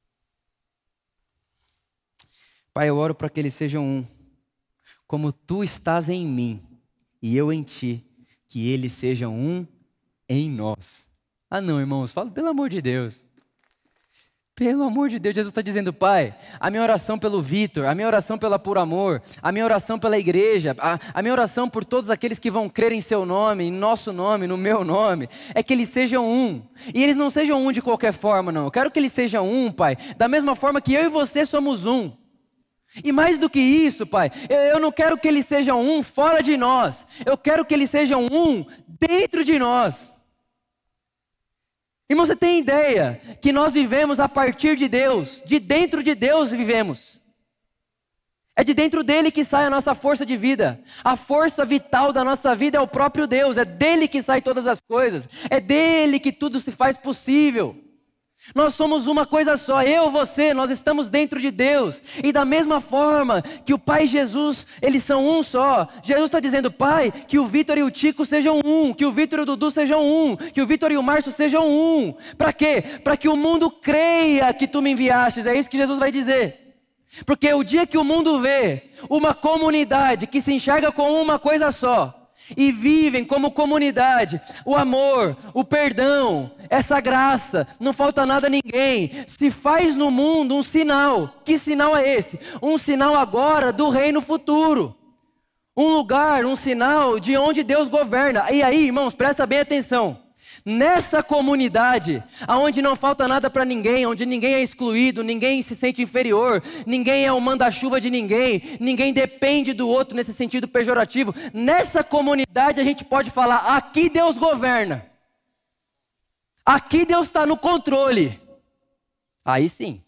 Pai, eu oro para que eles sejam um, como tu estás em mim e eu em ti, que eles sejam um em nós. Ah não, irmãos, fala pelo amor de Deus. Pelo amor de Deus, Jesus está dizendo, Pai, a minha oração pelo Vitor, a minha oração pela Por Amor, a minha oração pela igreja, a, a minha oração por todos aqueles que vão crer em seu nome, em nosso nome, no meu nome, é que eles sejam um. E eles não sejam um de qualquer forma, não. Eu quero que eles sejam um, Pai, da mesma forma que eu e você somos um. E mais do que isso, Pai, eu, eu não quero que eles sejam um fora de nós. Eu quero que eles sejam um dentro de nós. Irmão, você tem ideia que nós vivemos a partir de Deus, de dentro de Deus vivemos. É de dentro dele que sai a nossa força de vida. A força vital da nossa vida é o próprio Deus, é dele que sai todas as coisas, é dele que tudo se faz possível. Nós somos uma coisa só, eu, você, nós estamos dentro de Deus. E da mesma forma que o Pai e Jesus, eles são um só. Jesus está dizendo, Pai, que o Vitor e o Tico sejam um, que o Vitor e o Dudu sejam um, que o Vitor e o Márcio sejam um. Para quê? Para que o mundo creia que tu me enviastes, é isso que Jesus vai dizer. Porque o dia que o mundo vê uma comunidade que se enxerga com uma coisa só, e vivem como comunidade, o amor, o perdão, essa graça, não falta nada a ninguém, se faz no mundo um sinal. Que sinal é esse? Um sinal agora do reino futuro, um lugar, um sinal de onde Deus governa. E aí, irmãos, presta bem atenção. Nessa comunidade, onde não falta nada para ninguém, onde ninguém é excluído, ninguém se sente inferior, ninguém é o manda-chuva de ninguém, ninguém depende do outro nesse sentido pejorativo, nessa comunidade a gente pode falar, aqui Deus governa, aqui Deus está no controle. Aí sim.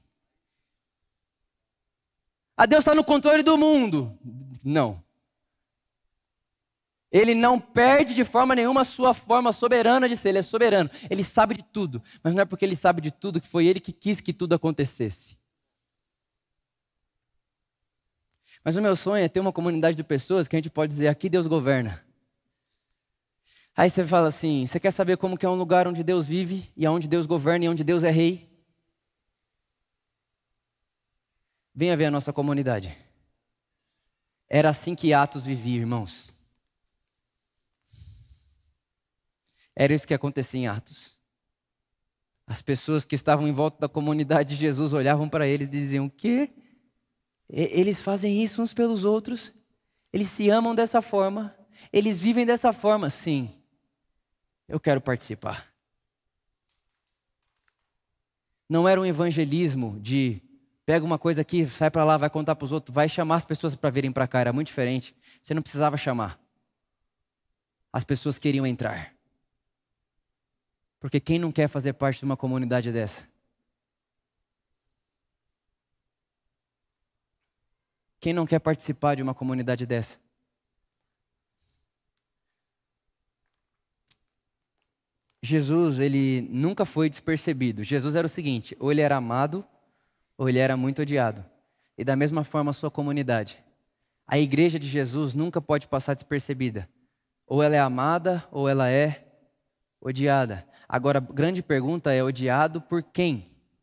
Ah, Deus está no controle do mundo. Não. Ele não perde de forma nenhuma a sua forma soberana de ser, ele é soberano. Ele sabe de tudo, mas não é porque ele sabe de tudo que foi ele que quis que tudo acontecesse. Mas o meu sonho é ter uma comunidade de pessoas que a gente pode dizer, aqui Deus governa. Aí você fala assim, você quer saber como que é um lugar onde Deus vive, e onde Deus governa, e onde Deus é rei? Venha ver a nossa comunidade. Era assim que Atos vivia, irmãos. Era isso que acontecia em Atos. As pessoas que estavam em volta da comunidade de Jesus olhavam para eles e diziam, o quê? Eles fazem isso uns pelos outros? Eles se amam dessa forma? Eles vivem dessa forma? Sim. Eu quero participar. Não era um evangelismo de pega uma coisa aqui, sai para lá, vai contar para os outros, vai chamar as pessoas para virem para cá. Era muito diferente. Você não precisava chamar. As pessoas queriam entrar. Porque quem não quer fazer parte de uma comunidade dessa? Quem não quer participar de uma comunidade dessa? Jesus, ele nunca foi despercebido. Jesus era o seguinte, ou ele era amado, ou ele era muito odiado. E da mesma forma a sua comunidade. A igreja de Jesus nunca pode passar despercebida. Ou ela é amada, ou ela é odiada. Agora, a grande pergunta é, odiado por quem?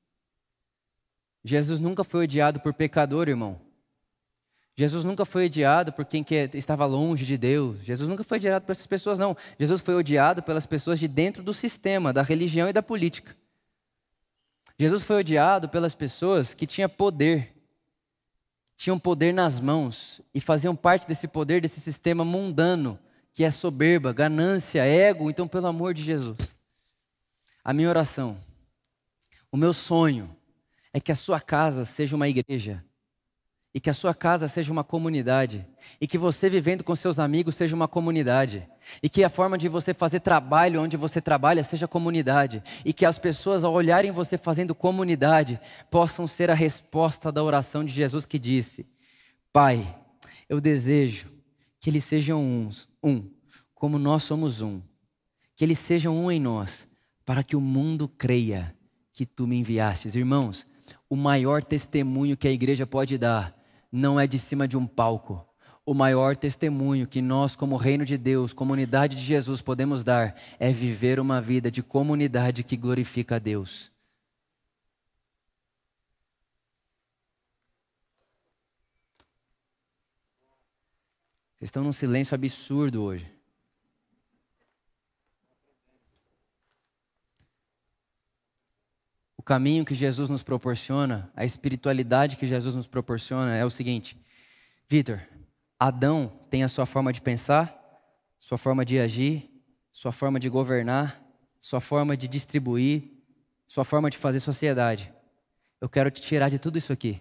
Jesus nunca foi odiado por pecador, irmão. Jesus nunca foi odiado por quem que estava longe de Deus. Jesus nunca foi odiado por essas pessoas, não. Jesus foi odiado pelas pessoas de dentro do sistema, da religião e da política. Jesus foi odiado pelas pessoas que tinham poder. Tinham poder nas mãos e faziam parte desse poder, desse sistema mundano, que é soberba, ganância, ego. Então, pelo amor de Jesus. A minha oração, o meu sonho é que a sua casa seja uma igreja e que a sua casa seja uma comunidade e que você vivendo com seus amigos seja uma comunidade e que a forma de você fazer trabalho onde você trabalha seja comunidade e que as pessoas ao olharem você fazendo comunidade possam ser a resposta da oração de Jesus que disse, Pai, eu desejo que eles sejam uns, um, como nós somos um, que eles sejam um em nós, para que o mundo creia que tu me enviastes. Irmãos, o maior testemunho que a igreja pode dar não é de cima de um palco. O maior testemunho que nós, como reino de Deus, comunidade de Jesus, podemos dar é viver uma vida de comunidade que glorifica a Deus. Vocês estão num silêncio absurdo hoje. O caminho que Jesus nos proporciona, a espiritualidade que Jesus nos proporciona é o seguinte. Vitor, Adão tem a sua forma de pensar, sua forma de agir, sua forma de governar, sua forma de distribuir, sua forma de fazer sociedade. Eu quero te tirar de tudo isso aqui.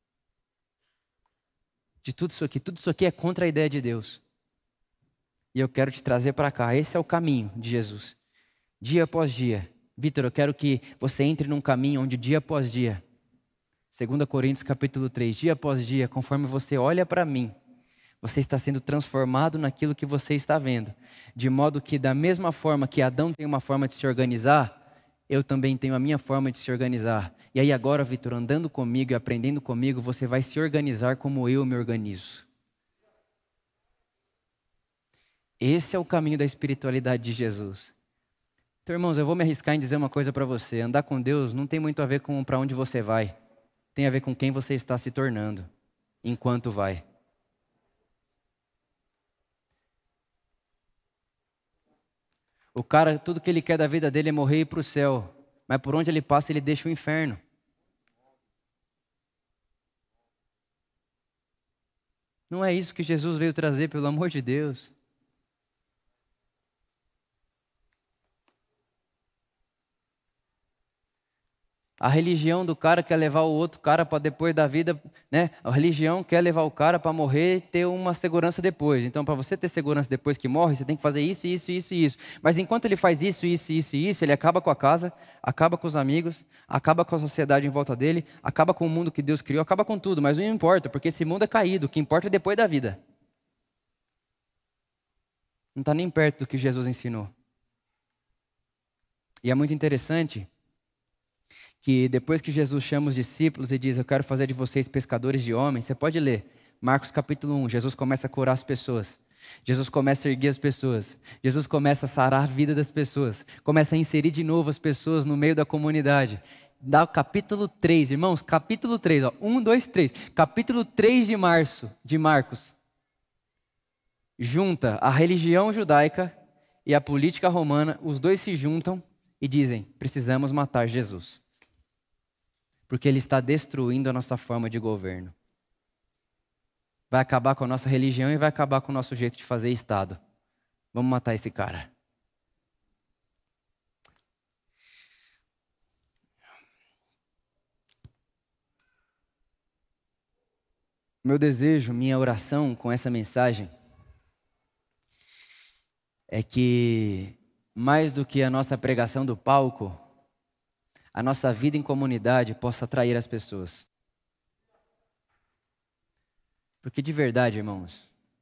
De tudo isso aqui. Tudo isso aqui é contra a ideia de Deus. E eu quero te trazer para cá. Esse é o caminho de Jesus. Dia após dia. Vitor, eu quero que você entre num caminho onde dia após dia, dois Coríntios capítulo três, dia após dia, conforme você olha para mim, você está sendo transformado naquilo que você está vendo. De modo que da mesma forma que Adão tem uma forma de se organizar, eu também tenho a minha forma de se organizar. E aí agora, Vitor, andando comigo e aprendendo comigo, você vai se organizar como eu me organizo. Esse é o caminho da espiritualidade de Jesus. Então, irmãos, eu vou me arriscar em dizer uma coisa para você. Andar com Deus não tem muito a ver com para onde você vai. Tem a ver com quem você está se tornando, enquanto vai. O cara, tudo que ele quer da vida dele é morrer e ir para o céu. Mas por onde ele passa, ele deixa o inferno. Não é isso que Jesus veio trazer, pelo amor de Deus. A religião do cara quer levar o outro cara para depois da vida, né? A religião quer levar o cara para morrer e ter uma segurança depois. Então, para você ter segurança depois que morre, você tem que fazer isso, isso, isso e isso. Mas enquanto ele faz isso, isso, isso e isso, ele acaba com a casa, acaba com os amigos, acaba com a sociedade em volta dele, acaba com o mundo que Deus criou, acaba com tudo. Mas não importa, porque esse mundo é caído. O que importa é depois da vida. Não está nem perto do que Jesus ensinou. E é muito interessante que depois que Jesus chama os discípulos e diz, eu quero fazer de vocês pescadores de homens, você pode ler, Marcos capítulo um, Jesus começa a curar as pessoas, Jesus começa a erguer as pessoas, Jesus começa a sarar a vida das pessoas, começa a inserir de novo as pessoas no meio da comunidade. Dá o capítulo três, irmãos, capítulo três, ó, um, dois, três, capítulo três de março, de Marcos, junta a religião judaica e a política romana, os dois se juntam e dizem, precisamos matar Jesus. Porque ele está destruindo a nossa forma de governo. Vai acabar com a nossa religião e vai acabar com o nosso jeito de fazer Estado. Vamos matar esse cara. Meu desejo, minha oração com essa mensagem é que, mais do que a nossa pregação do palco, a nossa vida em comunidade possa atrair as pessoas. Porque de verdade, irmãos,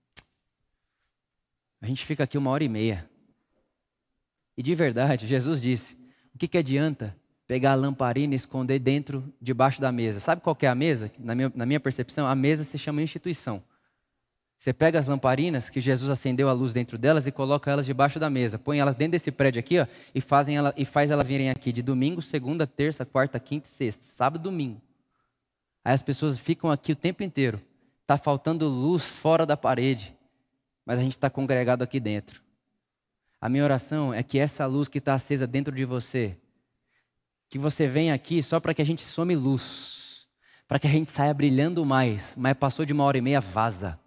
a gente fica aqui uma hora e meia. E de verdade, Jesus disse, o que, que adianta pegar a lamparina e esconder dentro, debaixo da mesa? Sabe qual que é a mesa? Na minha, na minha percepção, a mesa se chama instituição. Você pega as lamparinas que Jesus acendeu a luz dentro delas e coloca elas debaixo da mesa. Põe elas dentro desse prédio aqui, ó, e, fazem ela, e faz elas virem aqui de domingo, segunda, terça, quarta, quinta e sexta. Sábado, domingo. Aí as pessoas ficam aqui o tempo inteiro. Está faltando luz fora da parede. Mas a gente está congregado aqui dentro. A minha oração é que essa luz que está acesa dentro de você, que você venha aqui só para que a gente some luz. Para que a gente saia brilhando mais. Mas passou de uma hora e meia, vaza.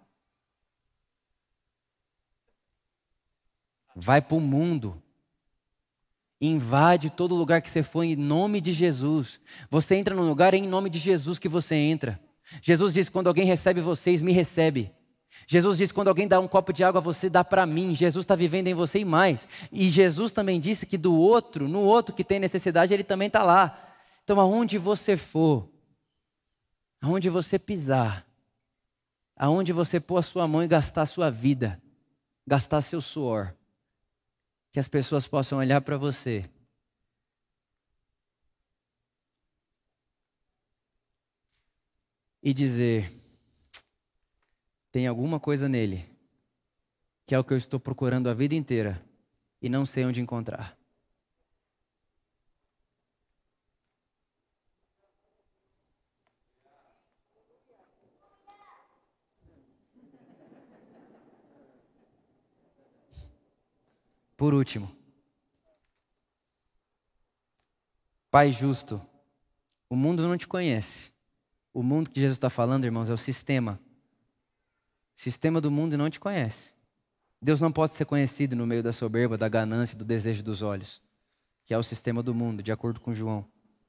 Vai para o mundo, invade todo lugar que você for em nome de Jesus. Você entra num lugar, é em nome de Jesus que você entra. Jesus diz, quando alguém recebe vocês, me recebe. Jesus diz, quando alguém dá um copo de água, você dá para mim. Jesus está vivendo em você e mais. E Jesus também disse que do outro, no outro que tem necessidade, ele também está lá. Então aonde você for, aonde você pisar, aonde você pôr a sua mão e gastar a sua vida, gastar seu suor, que as pessoas possam olhar para você e dizer, tem alguma coisa nele, que é o que eu estou procurando a vida inteira e não sei onde encontrar. Por último, Pai justo, o mundo não te conhece. O mundo que Jesus está falando, irmãos, é o sistema. O sistema do mundo não te conhece. Deus não pode ser conhecido no meio da soberba, da ganância e do desejo dos olhos, que é o sistema do mundo, de acordo com João.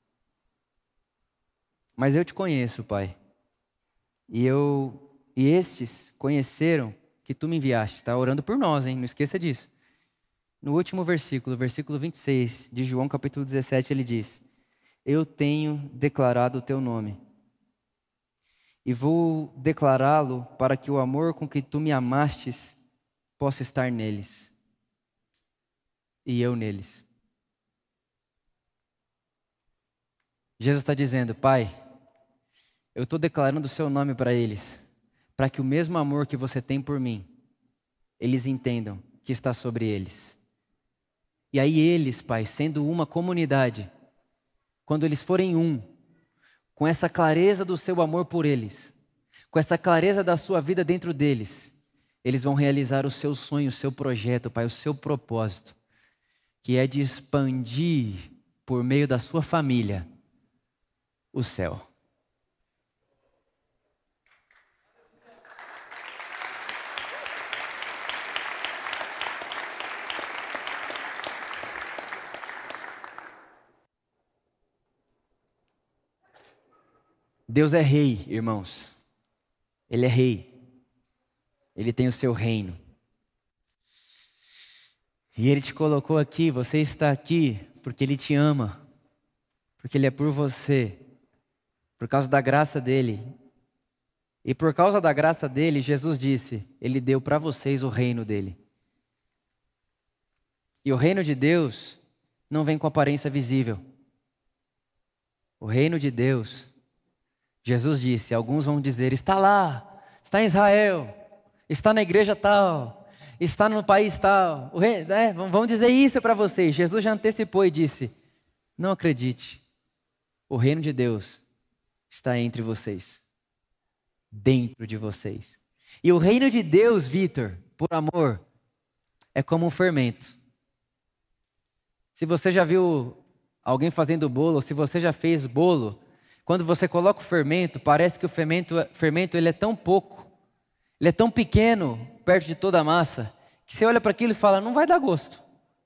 Mas eu te conheço, Pai. E, eu, e estes conheceram que tu me enviaste. Está orando por nós, hein? Não esqueça disso. No último versículo, versículo vinte e seis de João capítulo dezessete, ele diz, eu tenho declarado o teu nome e vou declará-lo para que o amor com que tu me amastes possa estar neles e eu neles. Jesus está dizendo: Pai, eu estou declarando o seu nome para eles, para que o mesmo amor que você tem por mim, eles entendam que está sobre eles. E aí eles, Pai, sendo uma comunidade, quando eles forem um, com essa clareza do seu amor por eles, com essa clareza da sua vida dentro deles, eles vão realizar o seu sonho, o seu projeto, Pai, o seu propósito, que é de expandir por meio da sua família o céu. Deus é rei, irmãos. Ele é rei. Ele tem o seu reino. E Ele te colocou aqui, você está aqui porque Ele te ama. Porque Ele é por você. Por causa da graça dEle. E por causa da graça dEle, Jesus disse, Ele deu para vocês o reino dEle. E o reino de Deus não vem com aparência visível. O reino de Deus, Jesus disse, alguns vão dizer, está lá, está em Israel, está na igreja tal, está no país tal. O rei, né? Vão dizer isso para vocês. Jesus já antecipou e disse, não acredite, o reino de Deus está entre vocês, dentro de vocês. E o reino de Deus, Vitor, por amor, é como um fermento. Se você já viu alguém fazendo bolo, ou se você já fez bolo, quando você coloca o fermento, parece que o fermento, fermento ele é tão pouco, ele é tão pequeno, perto de toda a massa, que você olha para aquilo e fala, não vai dar gosto.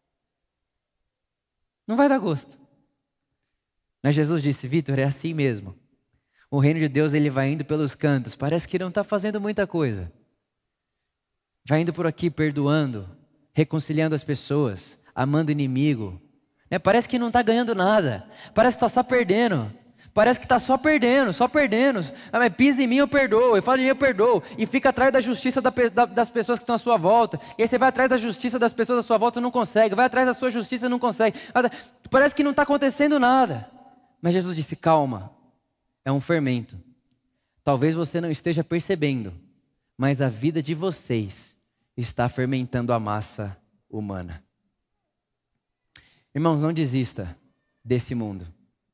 Não vai dar gosto. Mas Jesus disse, Vitor, é assim mesmo. O reino de Deus ele vai indo pelos cantos, parece que não está fazendo muita coisa. Vai indo por aqui perdoando, reconciliando as pessoas, amando o inimigo. Né? Parece que não está ganhando nada, parece que está só perdendo. Parece que está só perdendo, só perdendo. Ah, mas pisa em mim, eu perdoo. Eu falo em mim, eu perdoo. E fica atrás da justiça da, da, das pessoas que estão à sua volta. E aí você vai atrás da justiça das pessoas à sua volta e não consegue. Vai atrás da sua justiça e não consegue. Parece que não está acontecendo nada. Mas Jesus disse, calma. É um fermento. Talvez você não esteja percebendo, mas a vida de vocês está fermentando a massa humana. Irmãos, não desista desse mundo.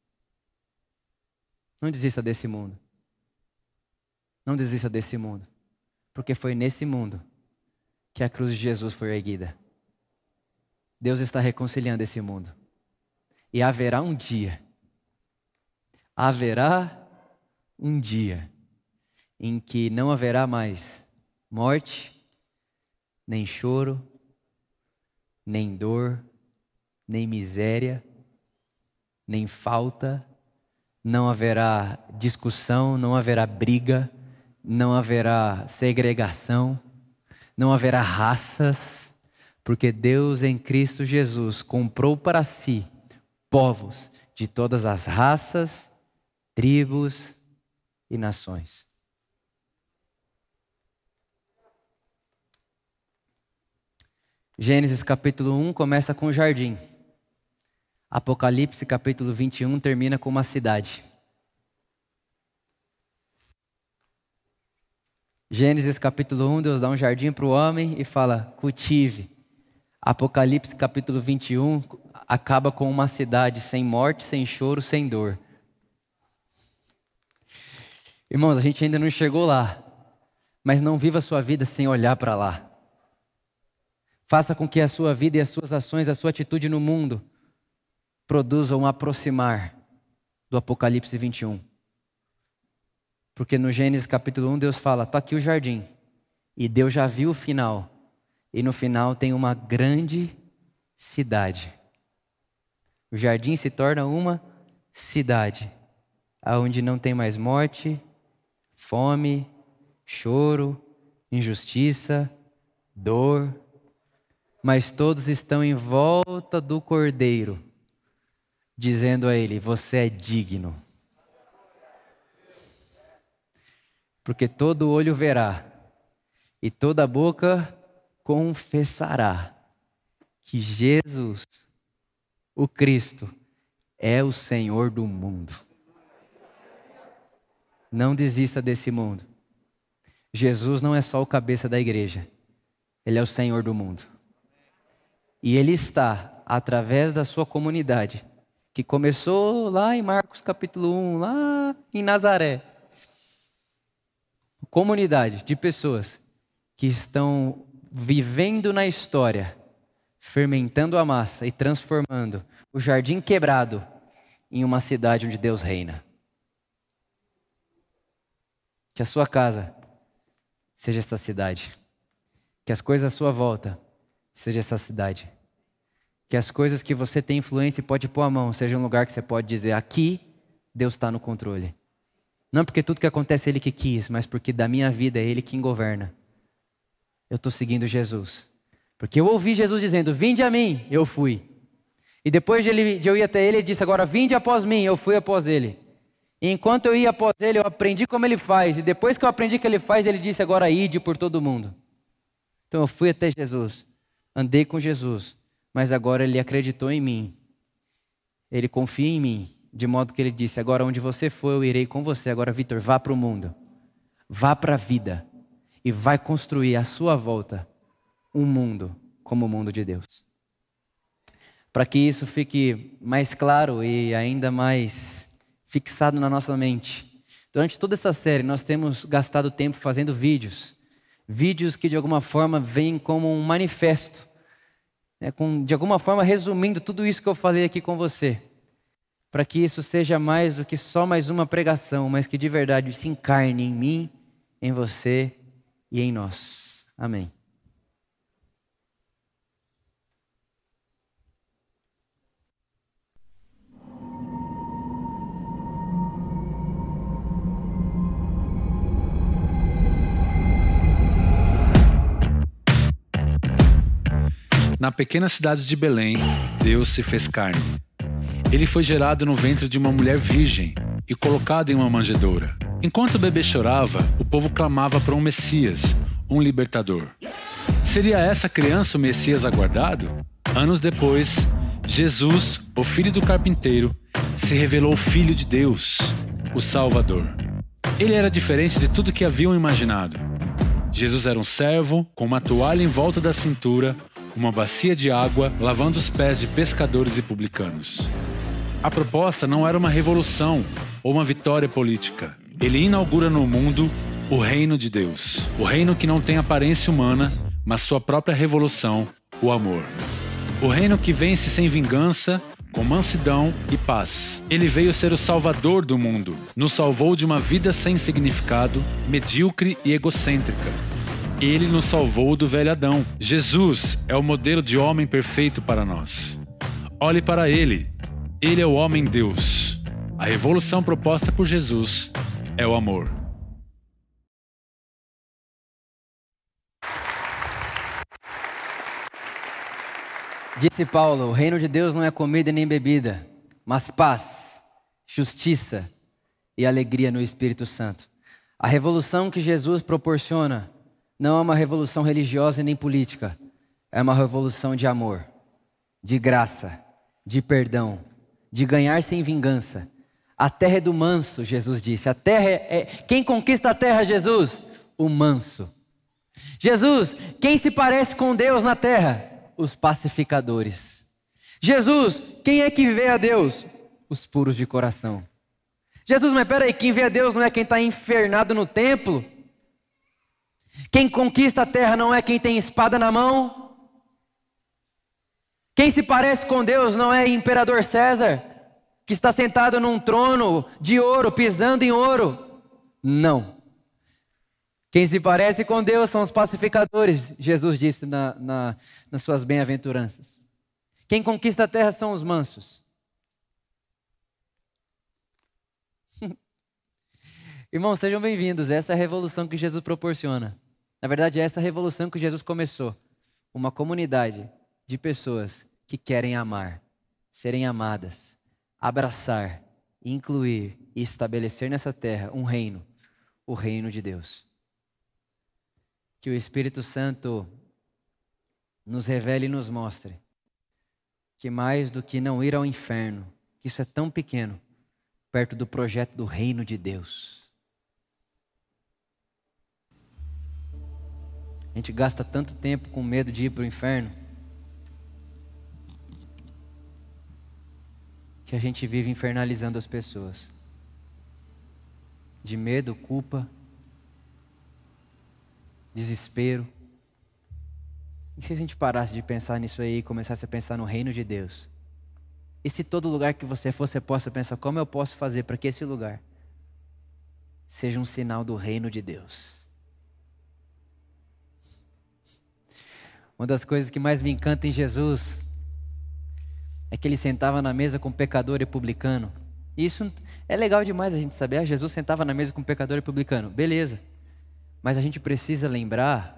Não desista desse mundo. Não desista desse mundo. Porque foi nesse mundo que a cruz de Jesus foi erguida. Deus está reconciliando esse mundo. E haverá um dia, haverá um dia em que não haverá mais morte, nem choro, nem dor, nem miséria, nem falta. Não haverá discussão, não haverá briga, não haverá segregação, não haverá raças, porque Deus em Cristo Jesus comprou para si povos de todas as raças, tribos e nações. Gênesis capítulo um começa com o jardim. Apocalipse capítulo vinte e um termina com uma cidade. Gênesis capítulo um, Deus dá um jardim para o homem e fala, cultive. Apocalipse capítulo vinte e um acaba com uma cidade sem morte, sem choro, sem dor. Irmãos, a gente ainda não chegou lá, mas não viva a sua vida sem olhar para lá. Faça com que a sua vida e as suas ações, a sua atitude no mundo produzam um aproximar do Apocalipse vinte e um. Porque no Gênesis capítulo um Deus fala, está aqui o jardim. E Deus já viu o final. E no final tem uma grande cidade. O jardim se torna uma cidade, onde não tem mais morte, fome, choro, injustiça, dor. Mas todos estão em volta do Cordeiro, dizendo a ele, você é digno. Porque todo olho verá e toda boca confessará que Jesus, o Cristo, é o Senhor do mundo. Não desista desse mundo. Jesus não é só o cabeça da igreja. Ele é o Senhor do mundo. E Ele está, através da sua comunidade, que começou lá em Marcos capítulo um, lá em Nazaré. Comunidade de pessoas que estão vivendo na história, fermentando a massa e transformando o jardim quebrado em uma cidade onde Deus reina. Que a sua casa seja essa cidade. Que as coisas à sua volta seja essa cidade. Que as coisas que você tem influência e pode pôr a mão seja um lugar que você pode dizer: aqui Deus está no controle. Não porque tudo que acontece é Ele que quis, mas porque da minha vida é Ele quem governa. Eu estou seguindo Jesus. Porque eu ouvi Jesus dizendo: vinde a mim, eu fui. E depois de, ele, de eu ir até Ele, Ele disse: agora vinde após mim, eu fui após Ele. E enquanto eu ia após Ele, eu aprendi como Ele faz. E depois que eu aprendi o que Ele faz, Ele disse: agora ide por todo mundo. Então eu fui até Jesus, andei com Jesus, mas agora Ele acreditou em mim. Ele confia em mim, de modo que Ele disse: agora onde você for, eu irei com você. Agora, Vitor, vá para o mundo, vá para a vida e vai construir à sua volta um mundo como o mundo de Deus. Para que isso fique mais claro e ainda mais fixado na nossa mente, durante toda essa série nós temos gastado tempo fazendo vídeos. Vídeos que de alguma forma vêm como um manifesto, né, com, de alguma forma resumindo tudo isso que eu falei aqui com você. Para que isso seja mais do que só mais uma pregação, mas que de verdade se encarne em mim, em você e em nós. Amém. Na pequena cidade de Belém, Deus se fez carne. Ele foi gerado no ventre de uma mulher virgem e colocado em uma manjedoura. Enquanto o bebê chorava, o povo clamava por um Messias, um libertador. Seria essa criança o Messias aguardado? Anos depois, Jesus, o filho do carpinteiro, se revelou Filho de Deus, o Salvador. Ele era diferente de tudo que haviam imaginado. Jesus era um servo, com uma toalha em volta da cintura, uma bacia de água, lavando os pés de pescadores e publicanos. A proposta não era uma revolução ou uma vitória política. Ele inaugura no mundo o reino de Deus. O reino que não tem aparência humana, mas sua própria revolução, o amor. O reino que vence sem vingança, com mansidão e paz. Ele veio ser o salvador do mundo. Nos salvou de uma vida sem significado, medíocre e egocêntrica. Ele nos salvou do velho Adão. Jesus é o modelo de homem perfeito para nós. Olhe para Ele. Ele é o homem Deus. A revolução proposta por Jesus é o amor. Disse Paulo: o reino de Deus não é comida nem bebida, mas paz, justiça e alegria no Espírito Santo. A revolução que Jesus proporciona não é uma revolução religiosa e nem política. É uma revolução de amor, de graça, de perdão, de ganhar sem vingança. A terra é do manso, Jesus disse. A terra é, é... Quem conquista a terra, Jesus? O manso. Jesus, quem se parece com Deus na terra? Os pacificadores. Jesus, quem é que vê a Deus? Os puros de coração. Jesus, mas peraí, quem vê a Deus não é quem está infernado no templo? Quem conquista a terra não é quem tem espada na mão? Quem se parece com Deus não é imperador César, que está sentado num trono de ouro, pisando em ouro? Não. Quem se parece com Deus são os pacificadores, Jesus disse na, na, nas suas bem-aventuranças. Quem conquista a terra são os mansos. Irmãos, sejam bem-vindos. Essa é a revolução que Jesus proporciona. Na verdade, é essa revolução que Jesus começou. Uma comunidade de pessoas que querem amar, serem amadas, abraçar, incluir e estabelecer nessa terra um reino, o reino de Deus. Que o Espírito Santo nos revele e nos mostre que mais do que não ir ao inferno, que isso é tão pequeno, perto do projeto do reino de Deus. A gente gasta tanto tempo com medo de ir para o inferno, que a gente vive infernalizando as pessoas. De medo, culpa, desespero. E se a gente parasse de pensar nisso aí e começasse a pensar no reino de Deus? E se todo lugar que você for, você possa pensar, como eu posso fazer para que esse lugar seja um sinal do reino de Deus? Uma das coisas que mais me encanta em Jesus é que ele sentava na mesa com pecador e publicano. Isso é legal demais a gente saber. Ah, Jesus sentava na mesa com pecador e publicano. Beleza. Mas a gente precisa lembrar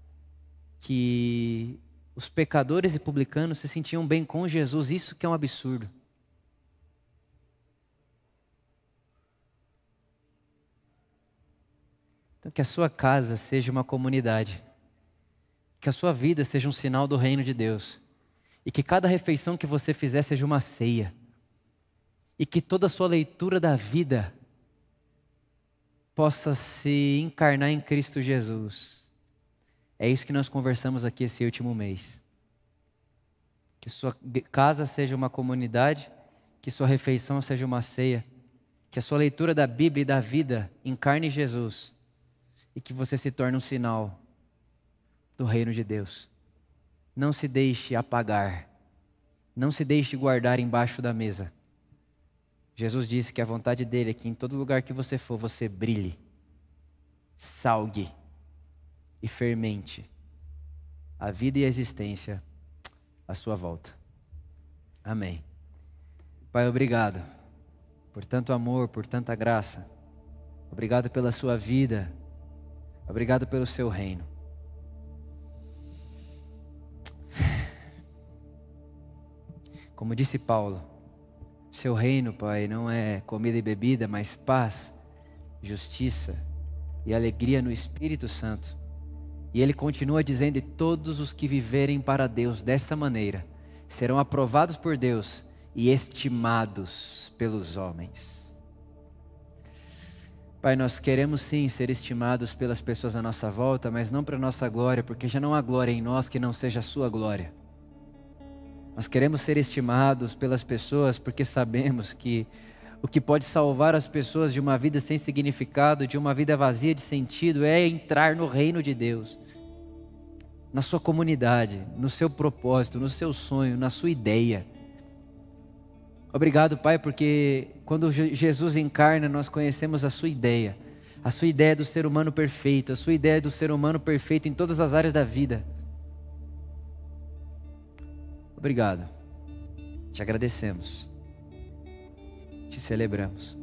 que os pecadores e publicanos se sentiam bem com Jesus. Isso que é um absurdo. Então, que a sua casa seja uma comunidade. Que a sua vida seja um sinal do reino de Deus. E que cada refeição que você fizer seja uma ceia. E que toda a sua leitura da vida possa se encarnar em Cristo Jesus. É isso que nós conversamos aqui esse último mês. Que sua casa seja uma comunidade, que sua refeição seja uma ceia, que a sua leitura da Bíblia e da vida encarne Jesus e que você se torne um sinal do reino de Deus. Não se deixe apagar, não se deixe guardar embaixo da mesa. Jesus disse que a vontade dele é que em todo lugar que você for, você brilhe, salgue e fermente a vida e a existência à sua volta. Amém. Pai, obrigado por tanto amor, por tanta graça. Obrigado pela sua vida. Obrigado pelo seu reino. Como disse Paulo, seu reino, Pai, não é comida e bebida, mas paz, justiça e alegria no Espírito Santo. E ele continua dizendo, e todos os que viverem para Deus dessa maneira, serão aprovados por Deus e estimados pelos homens. Pai, nós queremos sim ser estimados pelas pessoas à nossa volta, mas não para nossa glória, porque já não há glória em nós que não seja a sua glória. Nós queremos ser estimados pelas pessoas porque sabemos que o que pode salvar as pessoas de uma vida sem significado, de uma vida vazia de sentido, é entrar no reino de Deus. Na sua comunidade, no seu propósito, no seu sonho, na sua ideia. Obrigado, Pai, porque quando Jesus encarna, nós conhecemos a sua ideia. A sua ideia do ser humano perfeito, a sua ideia do ser humano perfeito em todas as áreas da vida. Obrigado. Te agradecemos. Te celebramos.